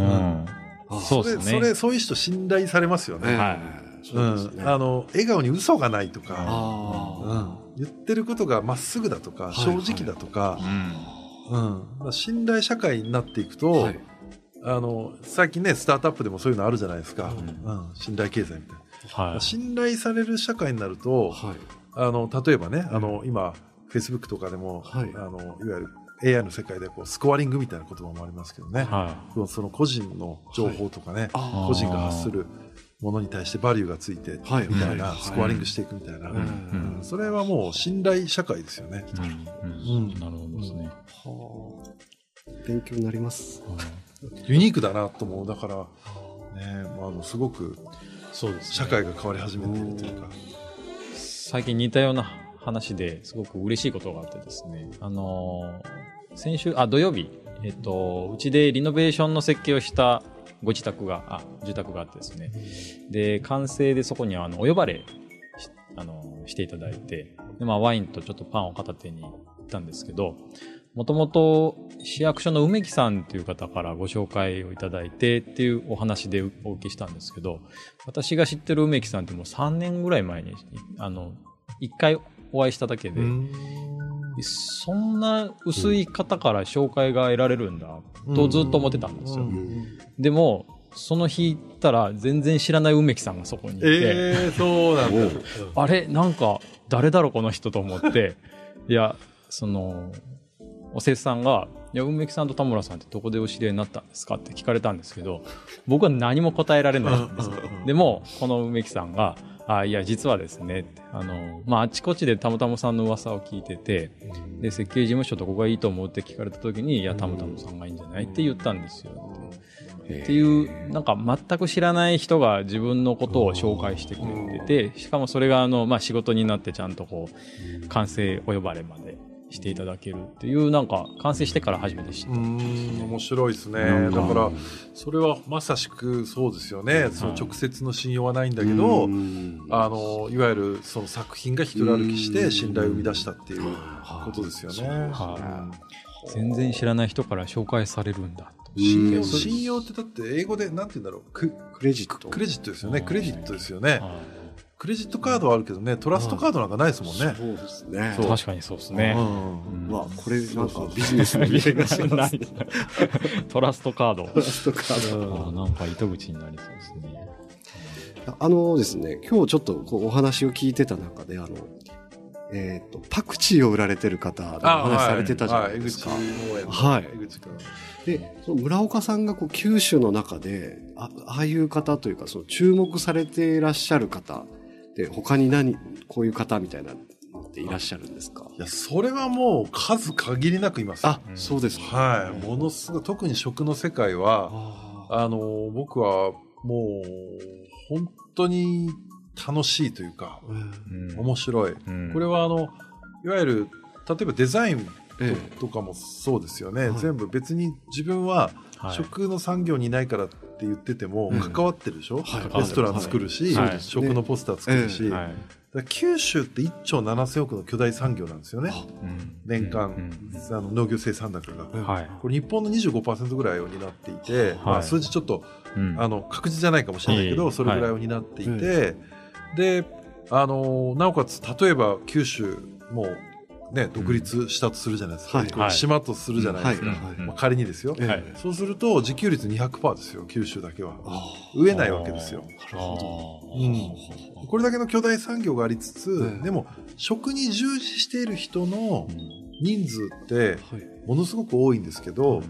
そうですね、それ、それ、そういう人信頼されますよね、はい、そうですね、うん、あの笑顔に嘘がないとか、あ、うん、言ってることがまっすぐだとか、はい、正直だとか、はいうんうん、信頼社会になっていくと、はい、あの最近ねスタートアップでもそういうのあるじゃないですか、うんうん、信頼経済みたいな、はい、信頼される社会になると、はい、あの例えばね、あの今 Facebook とかでも、はい、あのいわゆる エーアイ の世界でこうスコアリングみたいな言葉もありますけどね、はい、その個人の情報とかね、はい、個人が発するものに対してバリューがついてみたいな、スコアリングしていくみたいな、うんうん、それはもう信頼社会ですよね、うんうん、なるほどですね、 はあ、勉強になります、 ユニークだなと思う。だから、ね、あのすごくそうですね、社会が変わり始めているというか、 最近似たような話ですごく嬉しいことがあってですね、あのー、先週あ土曜日、えっと、うちでリノベーションの設計をしたご自宅があ住宅があってですね、で完成でそこにはあのお呼ばれ し, あのしていただいて、で、まあ、ワインとちょっとパンを片手に行ったんですけど、もともと市役所の梅木さんという方からご紹介をいただいてっていうお話でお受けしたんですけど、私が知ってる梅木さんってもうさんねんぐらい前にあのいっかいお会いしただけで、そんな薄い方から紹介が得られるんだとずっと思ってたんですよ。でもその日行ったら全然知らない梅木さんがそこにいて、 えー、そうなんだあれなんか誰だろうこの人と思っていやそのおせっさんがいや梅木さんと田村さんってどこでお知り合いになったんですかって聞かれたんですけど、僕は何も答えられないんですでもこの梅木さんがあいや実はですねってあの、まあ、あちこちでたむたむさんの噂を聞いてて、で設計事務所どこがいいと思うって聞かれた時にいやたむたむさんがいいんじゃないって言ったんですよってっていうなんか全く知らない人が自分のことを紹介してくれてて、しかもそれがあの、まあ、仕事になってちゃんとこう完成お呼ばれまでしていただけるっていうなんか完成してから初めて知った。うーん面白いですね。だからそれはまさしくそうですよね。その直接の信用はないんだけど、あのいわゆるその作品が一人歩きして信頼を生み出したっていうことですよね。はい、全然知らない人から紹介されるんだ。 信用、信用ってだって英語でなんて言うんだろう、ク、 クレジットクレジットですよね。クレジットですよね。クレジットカードはあるけどね、トラストカードなんかないですもんね。 そうですね。 確かにそうですね。 うんまあこれなんかビジネスの見えがします。 トラストカード。 トラストカード。 あなんか糸口になりそうですね。 あのですね、今日ちょっとこうお話を聞いてた中であの。えー、とパクチーを売られてる方の話されてたじゃないですか。はい。で、その村岡さんがこう九州の中で あ, ああいう方というかその注目されていらっしゃる方で他に何こういう方みたいなっていらっしゃるんですか。 いやそれはもう数限りなくいます。 あ、そうですか。 はい。ものすごい特に食の世界は あ, あの僕はもう本当に楽しいというか、うん、面白い、うん、これはあのいわゆる例えばデザイン と,、ええ、とかもそうですよね、はい、全部別に自分は食の産業にいないからって言ってても関わってるでしょ、はい、レストラン作るし、はい、食のポスター作るし、はい、だ九州っていっちょうななせんおくの巨大産業なんですよね、うん、年間、うん、あの農業生産高が、はい、これ日本の にじゅうごパーセント ぐらいを担っていて、はいまあ、数字ちょっと、うん、あの確実じゃないかもしれないけど、はい、それぐらいを担っていて、はいで、あのー、なおかつ例えば九州も、ね、独立したとするじゃないですか、うんはい、島とするじゃないですか、はいまあ、仮にですよ、はい、そうすると自給率 にひゃくパーセント ですよ九州だけは植えないわけですよ。なるほど、うん、これだけの巨大産業がありつつ、うん、でも食に従事している人の人数ってものすごく多いんですけど、うん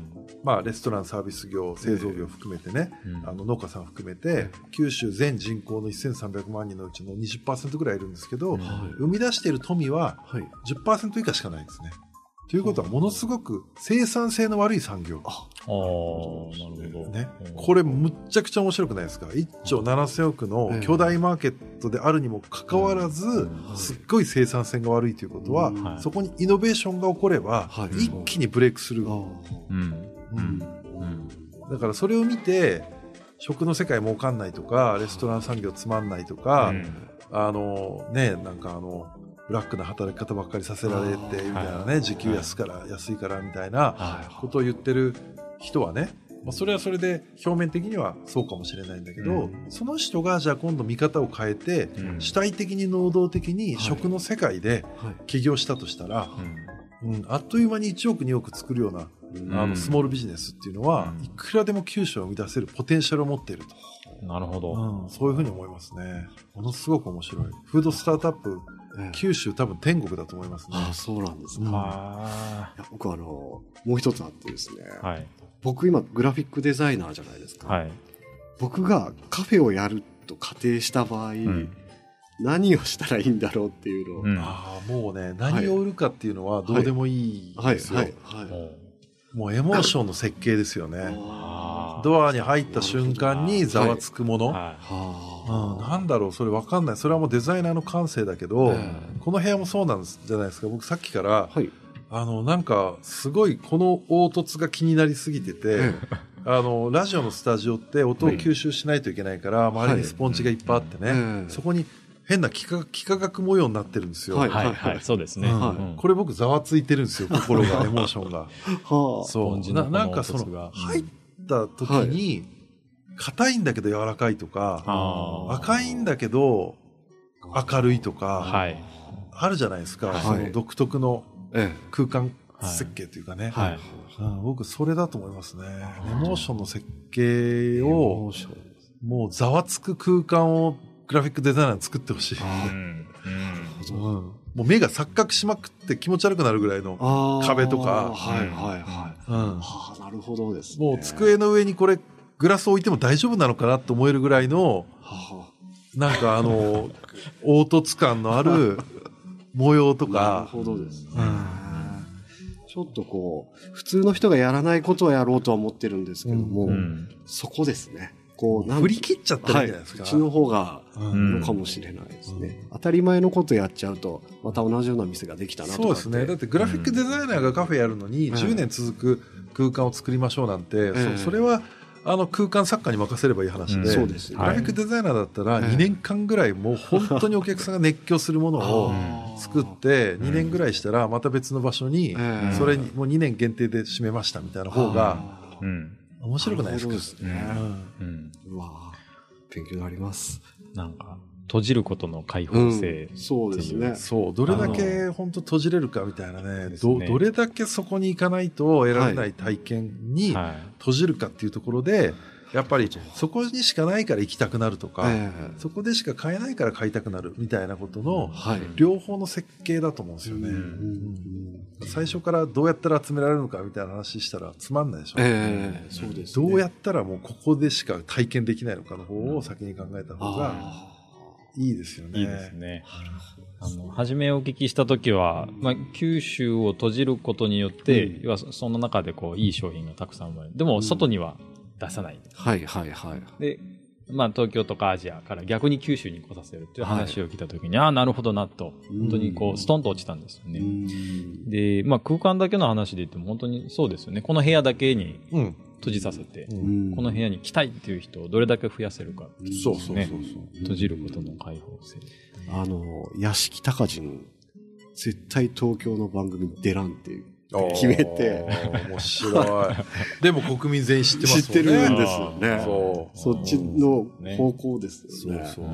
まあ、レストランサービス業製造業含めてね、 うん、 あの農家さん含めて九州全人口のせんさんびゃくまんにんのうちの にじゅっパーセント ぐらいいるんですけど、はい、生み出している富は じゅっパーセント 以下しかないんですね。ということはものすごく生産性の悪い産業。ああ、なるほど。 ね、これむっちゃくちゃ面白くないですか。いっちょうななせんおくの巨大マーケットであるにもかかわらず、すっごい生産性が悪いということは、はい、そこにイノベーションが起これば、はい、一気にブレイクスルー。うんうん、だからそれを見て食の世界儲かんないとかレストラン産業つまんないとか、うん、あのねなんかあのブラックな働き方ばっかりさせられてみたいなね、はい、時給安から、はい、安いからみたいなことを言ってる人はね、まあ、それはそれで表面的にはそうかもしれないんだけど、うん、その人がじゃあ今度見方を変えて、うん、主体的に能動的に食の世界で起業したとしたら、はいうん、あっという間にいちおくにおく作るようなあのスモールビジネスっていうのは、うん、いくらでも九州を生み出せるポテンシャルを持っていると。なるほど、うん、そういうふうに思いますね。ものすごく面白いフードスタートアップ、ええ、九州多分天国だと思いますね。 ああそうなんですね、うん、あいや僕あのもう一つあってですね、 はい、 僕今グラフィックデザイナーじゃないですか、 はい、 僕がカフェをやると仮定した場合、うん何をしたらいいんだろうっていうのを、うん、 あもうね何を売るかっていうのはどうでもいいですよ。もうエモーションの設計ですよね。ドアに入った瞬間にざわつくもの、はいはいうん、なんだろうそれ分かんない。それはもうデザイナーの感性だけど、この部屋もそうなんじゃないですか。僕さっきから、はい、あのなんかすごいこの凹凸が気になりすぎててあのラジオのスタジオって音を吸収しないといけないから、はい、周りにスポンジがいっぱいあってね、はい、そこに変な幾何学模様になってるんですよ。 はいはいはい、そうですね、 うんうん、これ僕ざわついてるんですよ心がエモーションがはあ、そうな、なんかその入った時に硬いんだけど柔らかいとか、はい、赤いんだけど明るいとか、はい、あるじゃないですか、はい、その独特の空間設計というかね、はいはいうん、僕それだと思いますね。エモーションの設計をもうざわつく空間をグラフィックデザイナーに作ってほしい、うんうん、もう目が錯覚しまくって気持ち悪くなるぐらいの壁とか、 はいはいはい、うんはあ、なるほどですね。 もう机の上にこれグラス置いても大丈夫なのかなと思えるぐらいの、はあ、なんかあの凹凸感のある模様とか。 なるほどですね、うん、ちょっとこう普通の人がやらないことをやろうとは思ってるんですけども、うん、そこですね。こう振り切っちゃってるんじゃないですか。 はい、うちの方がいいのかもしれないですね、うん、当たり前のことやっちゃうとまた同じような店ができたなとか。 そうですね。だってグラフィックデザイナーがカフェやるのにじゅうねん続く空間を作りましょうなんて、うん、そ, それはあの空間作家に任せればいい話で、うんそうですね、グラフィックデザイナーだったらにねんかんぐらいもう本当にお客さんが熱狂するものを作ってにねんぐらいしたらまた別の場所にそれにもうにねん限定で閉めましたみたいな方が面白くないですか。 ですね、うんうん、うわ勉強になります。 なんか閉じることの開放性、 うん、そうですね。 そうどれだけ本当閉じれるかみたいな ね, ね ど, どれだけそこに行かないと得られない体験に閉じるかっていうところで、はい、やっぱりそこにしかないから行きたくなるとか、はい、そこでしか買えないから買いたくなるみたいなことの両方の設計だと思うんですよね、はいうんうん、最初からどうやったら集められるのかみたいな話したらつまんないでしょ、えー、そうですね。どうやったらもうここでしか体験できないのかの方を先に考えた方がいいですよね。 いいですね。あの初めお聞きしたときは、まあ、九州を閉じることによって、うん、要はその中でこういい商品がたくさん生まれる。でも外には出さない、うん、 はいはいはい。 で、まあ、東京とかアジアから逆に九州に来させるという話を聞いたときに、はい、ああなるほどなと本当にこうストンと落ちたんですよね。で、まあ、空間だけの話で言っても本当にそうですよね。この部屋だけに、うん閉じさせて、うん、この部屋に来たいっていう人をどれだけ増やせるかっていう、ね、 そうそうそうそう閉じることの開放性。 あの屋敷隆人絶対東京の番組に出らんっていう決めて面白いでも国民全員知ってますもんね。 知ってるんですよね。そうそっちの方向ですよね。そうそう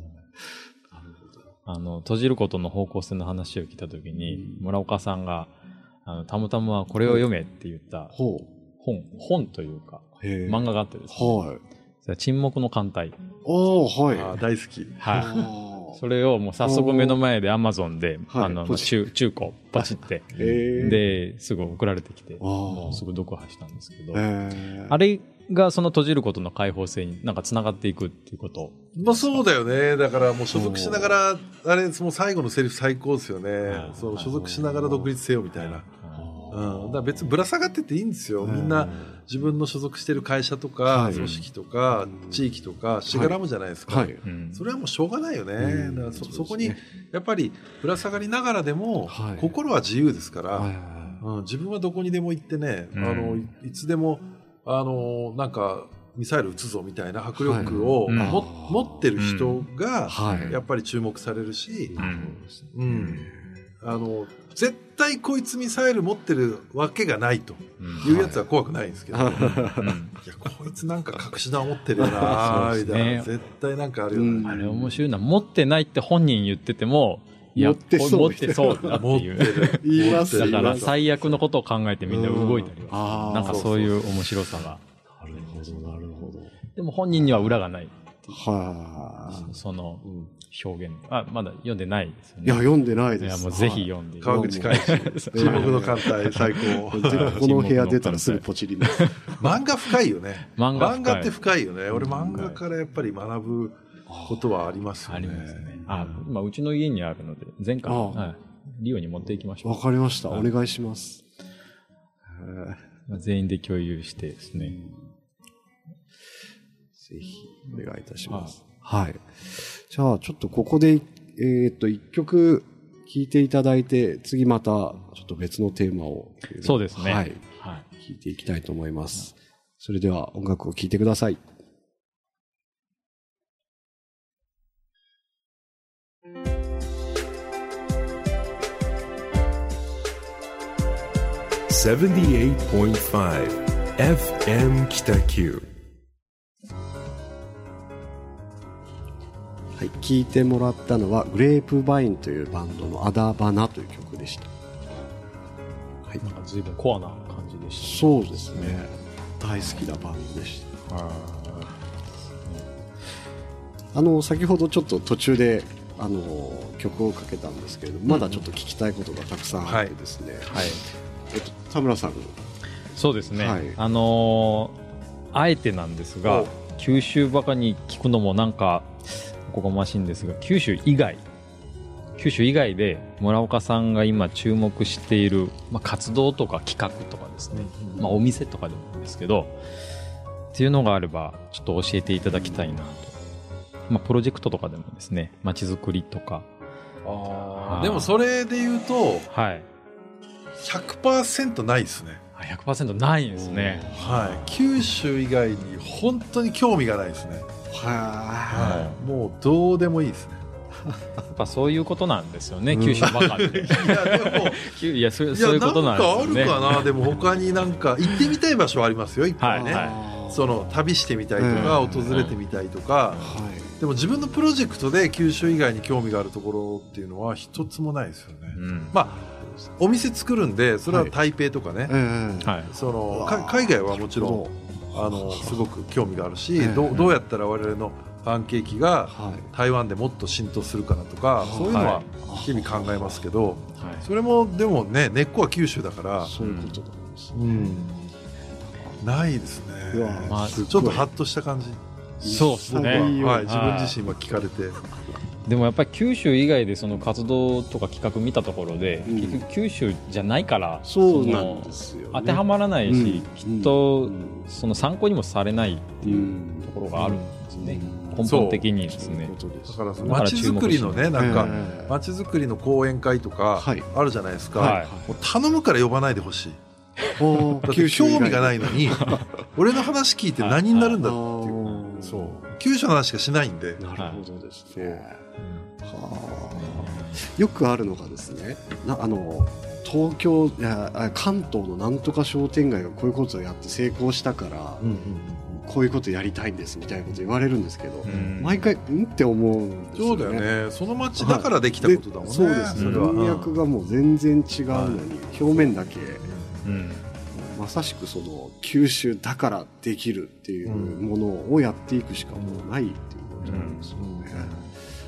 あの閉じることの方向性の話を聞いたときに、うん、村岡さんがあのたむたむはこれを読めって言った、うん本, 本というか漫画があってですね、はい、それは沈黙の艦隊。 おー、はい、 あ大好き、 はい、 それをもう早速目の前でアマゾンで、 はいあの、 ポチ中、中古、ポチって、 えー、 で、すぐ送られてきて、 あーもうすぐ読破したんですけど、 えー、 あれがその閉じることの開放性になんか繋がっていくっていうこと。 まあそうだよね。だからもう所属しながら、あれ、もう最後のセリフ最高ですよね。その所属しながら独立せよみたいな。うん、だから別にぶら下がってていいんですよ。みんな自分の所属してる会社とか、 はい、 組織とか、地域とか、しがらむじゃないですか。 はいはい、 それはもうしょうがないよね。うん、だから そ, そこに、やっぱりぶら下がりながらでも、はい、心は自由ですから、はいうん、自分はどこにでも行ってね、うん、あの い, いつでも、あの、なんか、ミサイル撃つぞみたいな迫力を、はいうん、持ってる人が、やっぱり注目されるし、うんうん、あの、絶対こいつミサイル持ってるわけがないというやつは怖くないんですけど、はい、いやこいつなんか隠し弾持ってるよなみたいな、絶対なんかあるよね、 うん、あれ面白いな、持ってないって本人言っててもいや持ってそう持ってそうだっていう言いますだから最悪のことを考えてみんな動いたりは、うん、なんかそういう面白さがなるほどなるほど。 でも本人には裏がないはあ、その表現、あ、まだ読んでないですよね。 いや読んでんです。いやもうぜひ読んで。 川口海士、注目の艦隊最高。 この部屋出たらすぐポチります。 漫画深いよね。 漫画漫画って深いよね。俺漫画からやっぱり学ぶことはありますよね。 ありますね。あ、まあうちの家にあるので前回はい、リオに持っていきましょう。 わかりました。お願いします。 全員で共有してですね。 ぜひお願いいたします。はい。じゃあちょっとここでえっと一曲聴いていただいて、次またちょっと別のテーマをそうですね。 はい。はい、聴いていきたいと思います。それでは音楽を聴いてください。 セブンティーエイトポイントファイブ エフエム 北九。 はい、聴いてもらったのはグレープバインというバンドのアダバナという曲でした。 はい、なんか随分コアな感じでした、 ね。そうですね。大好きなバンドでした。あ、あの先ほどちょっと途中であの曲をかけたんですけれども、まだちょっと聞きたいことがたくさんあってですね。はい。はい、えっと田村さん。 そうですね。はい、あのー、あえてなんですが、九州ばかに聞くのもなんか。おこがましいんですが、九州以外九州以外で村岡さんが今注目している、まあ、活動とか企画とかですね、うんまあ、お店とかでもいいんですけどっていうのがあればちょっと教えていただきたいなと、まあ、プロジェクトとかでもですね、街づくりとか。 ああ、でもそれで言うと、はい、ひゃくパーセント ないですね。 ひゃくパーセント ないんですね。 はい、九州以外に本当に興味がないですね。 はい、もうどうでもいいですね。 やっぱそういうことなんですよね、うん、九州ばかりで。いやでもいや そ, いやそういうことなんですよね。なんかあるかな。でも他になんか行ってみたい場所はありますよ、いっぱいね。はいはい、その旅してみたいとか、うん、訪れてみたいとか、はい、でも自分のプロジェクトで九州以外に興味があるところっていうのは一つもないですよね。うん、まあお店作るんでそれは台北とかね、はい、その海外はもちろんあのすごく興味があるし、えー、ど, どうやったら我々のパンケーキが台湾でもっと浸透するかなとか、はい、そういうのは日々考えますけど、はい、それもでもね根っこは九州だからそういうことなんですね、うん、 ないですね。まあ、ちょっとハッとした感じ。 そうですね、 はい、自分自身今聞かれて。 でもやっぱり九州以外でその活動とか企画見たところで、うん、結局九州じゃないからそうなんですよ、ね、 当てはまらないし、うん、きっとその参考にもされないっていうところがあるんですね、うん、根本的にですね。 だからその街づくりのね、なんか街づくりの講演会とかあるじゃないですか、はい、もう頼むから呼ばないでほしい。だって興味がないのに俺の話聞いて何になるんだっていう、そう九州の話しかしないんで。 なるほどですね。はあ、よくあるのがですね、なあの東京いや関東のなんとか商店街がこういうことをやって成功したから、うんうん、こういうことやりたいんですみたいなこと言われるんですけど、うん、毎回うんって思うんですよね。 そうだよね。その街だからできたことだもんね。 そうです。文脈がもう全然違うのに、表面だけ、うん、まさしくその九州だからできるっていうものをやっていくしかもうないっていうことなんですよね。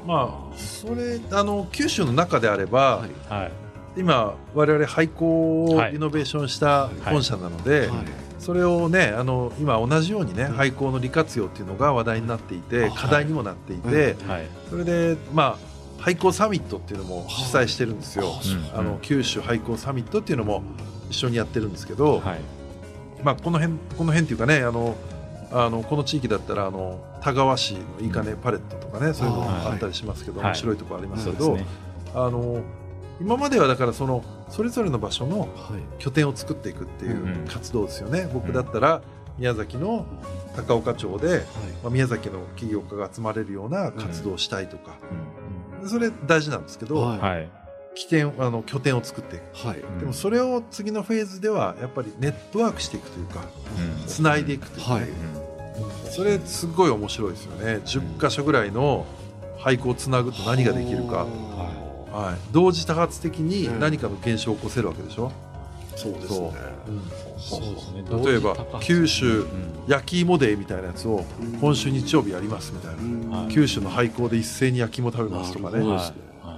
まあそれあの九州の中であれば、 はいはい、 今我々廃校をリノベーションした本社なので、はいはい、それをねあの今同じようにね、はい、廃校の利活用っていうのが話題になっていて、課題にもなっていて、はい、それでまあ廃校サミットっていうのも主催してるんですよ、はい、あの九州廃校サミットっていうのも一緒にやってるんですけど、はい、まあ、この辺この辺っていうかねあのあのこの地域だったらあの田川市のいいかねパレットとかね、そういうのがあったりしますけど、面白いところありますけど、はい、あの今まではだからそのそれぞれの場所の拠点を作っていくっていう活動ですよね、うん、僕だったら宮崎の高岡町で、はい、まあ、宮崎の起業家が集まれるような活動をしたいとか、うん、それ大事なんですけど、はい、起点あの拠点を作っていく、はい、でもそれを次のフェーズではやっぱりネットワークしていくというか、うん、つないでいくというか、はい、それすごい面白いですよね。じゅっかしょぐらいの廃校をつなぐと何ができるか、はい、同時多発的に何かの現象を起こせるわけでしょ、うん、そうですね、そうですね。例えば九州焼き芋デーみたいなやつを今週日曜日やりますみたいな、うん、九州の廃校で一斉に焼き芋食べますとかね、はい、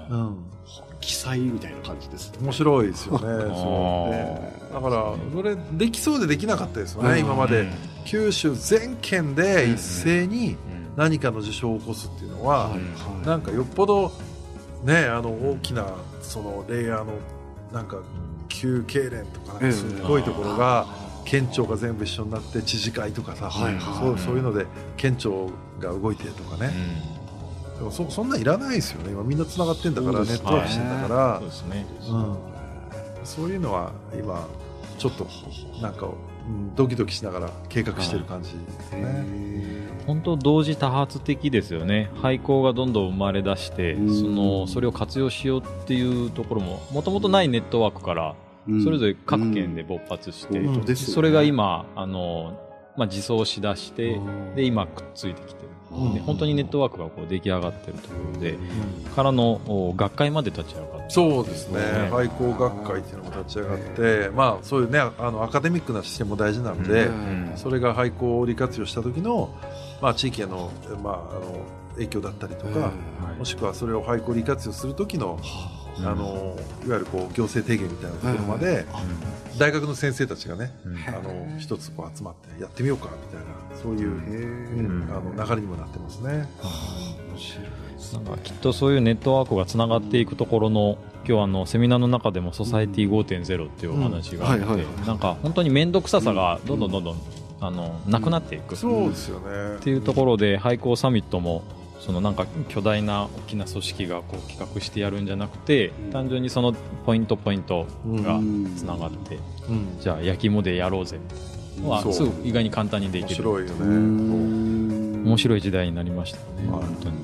うん、 記載みたいな感じです、ね、 面白いですよねそうね。だからそれできそうでできなかったですよね、今まで。九州全県で一斉に何かの事象を起こすっていうのは、なんかよっぽどね、あの大きなそのレイヤーのなんか旧経連とかすごいところが県庁が全部一緒になって知事会とかさ、そうそういうので県庁が動いてとかね、でも そ, そんなんいらないですよね。今みんなつながってんだから、ネットワークしてんだから、そうですね、うん、そういうのは今ちょっとなんか、うん、ドキドキしながら計画してる感じですね。 本当同時多発的ですよね。廃校がどんどん生まれ出して、そのそれを活用しようっていうところももともとないネットワークからそれぞれ各県で勃発して、うんうん、それが今あの、まあ、自走しだしてで今くっついてきてる、うん、で本当にネットワークがこう出来上がってるところで、うん、からの学会まで立ち上がって、 そうですね、廃校学会っていうのも立ち上がって、まあ、そういうねあのアカデミックな視点も大事なので、うん、それが廃校を利活用した時の、まあ、地域への、まあ、あの影響だったりとか、うん、もしくはそれを廃校を利活用する時の、うん、あのいわゆるこう行政提言みたいなところまで、うん、大学の先生たちがね、うん、あの一つこう集まってやってみようかみたいなそういう、うん、あの流れにもなってますね。 なんかきっとそういうネットワークがつながっていくところの今日あのセミナーの中でもソサエティ ごてんゼロ っていうお話があって、なんか本当に面倒くささがどんどんどんどん、あのなくなっていく、 そうですよねっていうところで廃校サミットもそのなんか巨大な大きな組織がこう企画してやるんじゃなくて、単純にそのポイントポイントがつながって、じゃあ焼き芋でやろうぜみたいなのはすぐ意外に簡単にできる。面白いよね。面白い時代になりましたね、本当に。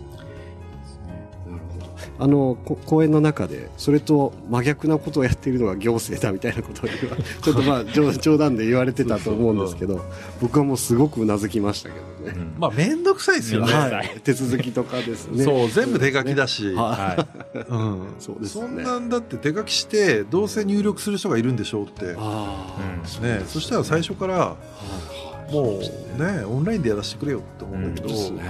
あの講演の中でそれと真逆なことをやっているのが行政だみたいなことをちょっとまあ冗談で言われてたと思うんですけど、僕はもうすごくうなずきましたけどね、うん、 まあ面倒くさいですよね、 はい、手続きとかですねそう全部手書きだし、はいうん、そうですね、そんなんだって手書きしてどうせ入力する人がいるんでしょうって、あ、うんね、そしたら最初からもうねオンラインでやらせてくれよって思うんだけど、うん、そう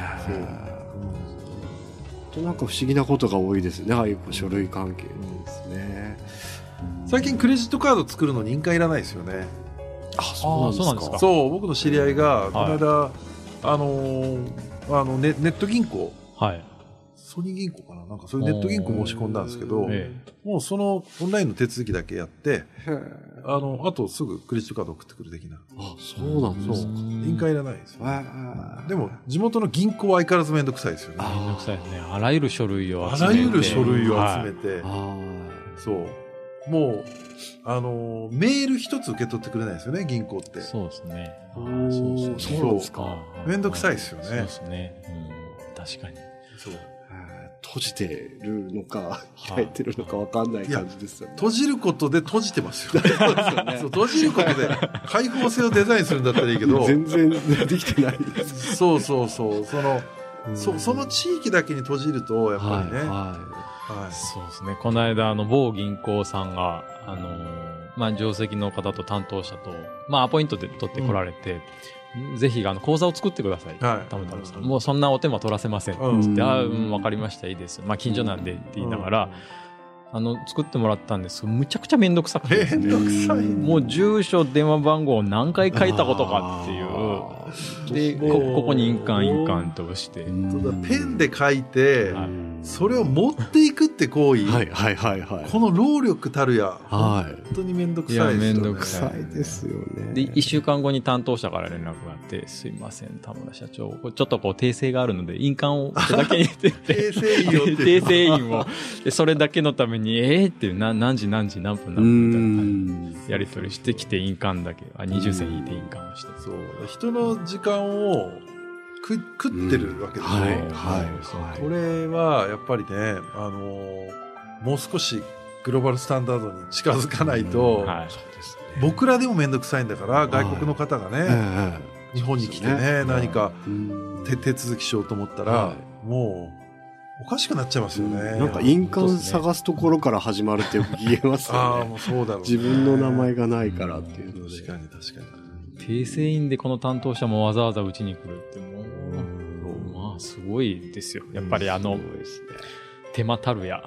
なんか不思議なことが多いですね、ああいう書類関係ですね、 うん、最近クレジットカード作るのに印鑑いらないですよね。 あ、そうなんですか。 そう僕の知り合いがこの間、はい、あのー、あの ネ, ネット銀行、はい、ソニー銀行かな、なんかそういうネット銀行申し込んだんですけど、ええ、もうそのオンラインの手続きだけやってあのあとすぐクレジットカード送ってくる的な。 あ、そうなんですか。 印鑑いらないですよ、ね、でも地元の銀行は相変わらずめんどくさいですよね。 めんどくさいですね。あらゆる書類を集めてあらゆる書類を集めて、はい、そうもうあのメール一つ受け取ってくれないですよね銀行って。 そうですね。 そうそうですか。 めんどくさいですよね。 そうですね、うん、確かにそう閉じてるのか開いてるのか分かんない感じですよね。 閉じることで閉じてますよね。そうですよね。そう閉じることで開放性をデザインするんだったらいいけど全然できてないです。 そうそうそうその、うん、そ, その地域だけに閉じるとやっぱりね、はいはいはい、そうですね。この間あの某銀行さんがあのーまあ、上席の方と担当者と、まあ、アポイントで取ってこられて、 ぜひあの講座を作ってください、 はい、 たむたむさんもうそんなお手間取らせませんって言って、ああ、うん、分かりました、いいです、まあ、近所なんでって言いながら、うん、あの作ってもらったんですけどむちゃくちゃ面倒くさくてですね、 めんどくさい、 もう住所電話番号を何回書いたことかっていうで こ, ここに印鑑印鑑と押してペンで書いて、はい、それを持っていくって行為、はいはいはいはい、この労力たるや、はい、本当に面倒くさいですよね。 いや面倒くさいですよね。 でいっしゅうかんごに担当者から連絡があってすいません田村社長ちょっとこう訂正があるので印鑑をだけに訂正印を訂正印をでそれだけのためにえーっていうな何時何時何分何分みたいな感じでやり取りしてきて印鑑だけあにじゅうせん引いて印鑑をしてそう人の時間を食, 食ってるわけですよ、うんはいはい、これはやっぱりね、あのー、もう少しグローバルスタンダードに近づかないと、うんはい、僕らでも面倒くさいんだから外国の方がね、はい、日本に来てね、ね何か手, 手続きしようと思ったら、はい、もうおかしくなっちゃいますよね。 なんか印鑑探すところから始まるってよく言えますよね。 ああもうそうだろう、ね、 自分の名前がないからっていうので、 確かに確かに訂正印でこの担当者もわざわざうちに来るってもうまあすごいですよやっぱりあの、うん、手間たるや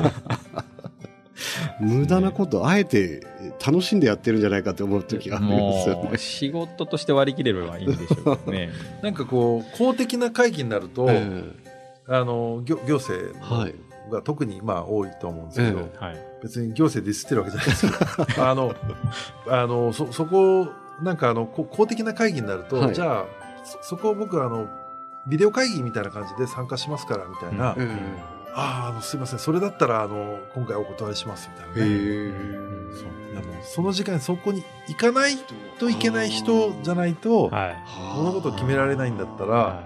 そう無駄なことあえて楽しんでやってるんじゃないかって思う時があるんですよね。 もう仕事として割り切れればいいんでしょうけどねなんかこう公的な会議になると、えー、あの 行, 行政が特にまあ多いと思うんですけど、えーはい、別に行政ディスってるわけじゃないですけどあのあの そ, そこなんかあの公的な会議になると、はい、じゃあ そ, そこを僕あのビデオ会議みたいな感じで参加しますからみたいな、うん、ああのすいませんそれだったらあの今回お断りしますみたいなね、へそうでもその時間にそこに行かないといけない人じゃないと、はい、物事を決められないんだったら、はい、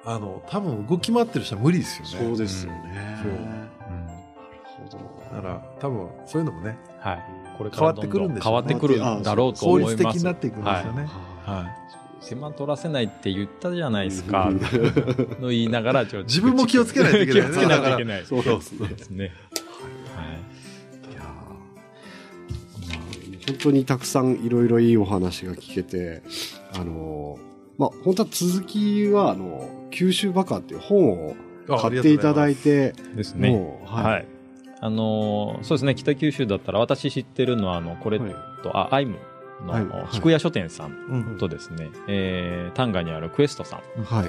あの多分動き回ってる人は無理ですよね。 そうですよね、 うん、そう、うん、なるほど。だから多分そういうのもね、はい、これからどんどん変わってくるんだろうと思います。 効率的になっていくんですよね。はいはい、 手間取らせないって言ったじゃないですかの言いながらちょ自分も気をつけないといけない、ね、 気をつけないといけない。 そうですね。 ですね。はい。 いや、まあ、本当にたくさんいろいろいいお話が聞けて、あのまあ本当は続きはあの九州バカっていう本を買っていただいてですね。もうはい。はい、あのそうですね、北九州だったら私知ってるのはあのこれと、はい、あアイムの菊屋書店さんとですね、はい、えー、丹賀にあるクエストさん、はい、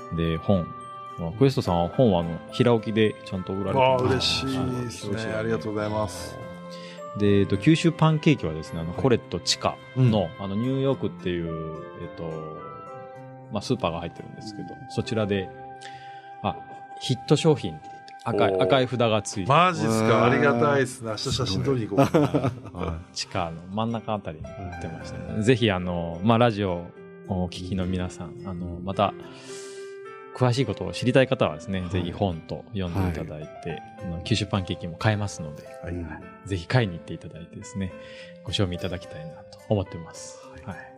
で本クエストさんは本はあの平置きでちゃんと売られてます。 あ嬉しいですね、ありがとうございます。 で、えっと、九州パンケーキはですねあのコレット地下の、うん、あのニューヨークっていう、えっとまあ、スーパーが入ってるんですけどそちらであヒット商品赤い、赤い札がついてマジですか、ありがたいですね。明日写真撮りに行こうかな地下の真ん中あたりに売ってましたね。ぜひあの、まあ、ラジオをお聞きの皆さんあのまた詳しいことを知りたい方はですね、はい、ぜひ本と読んでいただいて、はい、あの九州パンケーキも買えますので、はいはい、ぜひ買いに行っていただいてですねご賞味いただきたいなと思ってます、はいはい。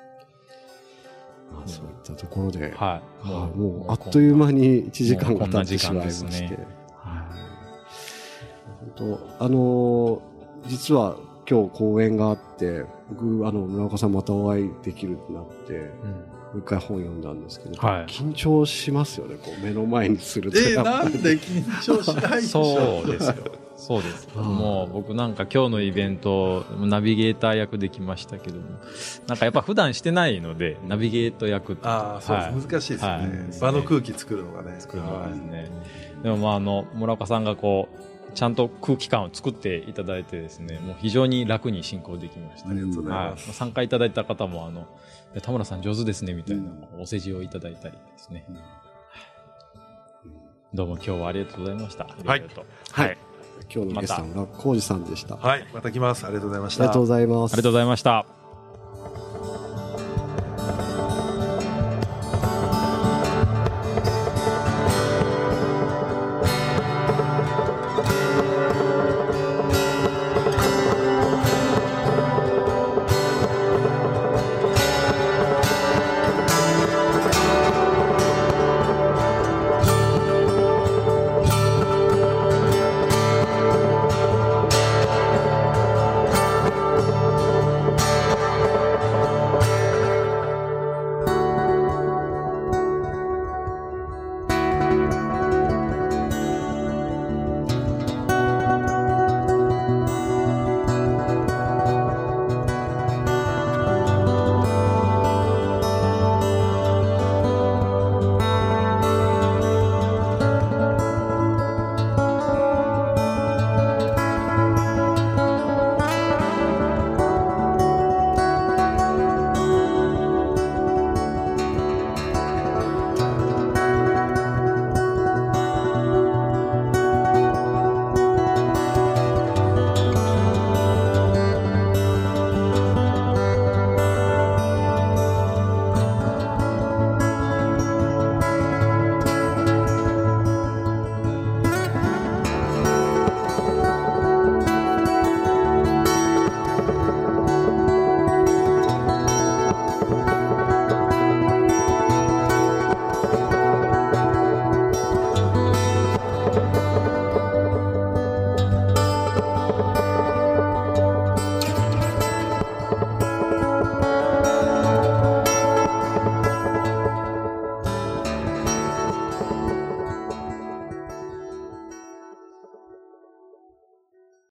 まあ、そういったところで、はい、もう、 もうあっという間にいちじかんが経ってしまいまして、本当あのー、実は今日講演があって僕あの村岡さんまたお会いできるってなって、うん、もう一回本読んだんですけど、はい、緊張しますよね、こう目の前にすると。 えー、なんで緊張しないでしょそうですよそうですもう僕なんか今日のイベントナビゲーター役できましたけどもなんかやっぱ普段してないのでナビゲート役ってああそうです、はい、難しいですよね、はい、場の空気作るのがね作るのがですね、でもまああの村岡さんがこうちゃんと空気感を作っていただいてですねもう非常に楽に進行できました。 ありがとうございます、 はい、参加いただいた方もあの田村さん上手ですねみたいなお世辞をいただいたりですね、うん、どうも今日はありがとうございました。 はい、はい、今日のゲストは村岡浩二さんでした。 はい、また来ます。ありがとうございました。 ありがとうございます。 ありがとうございました。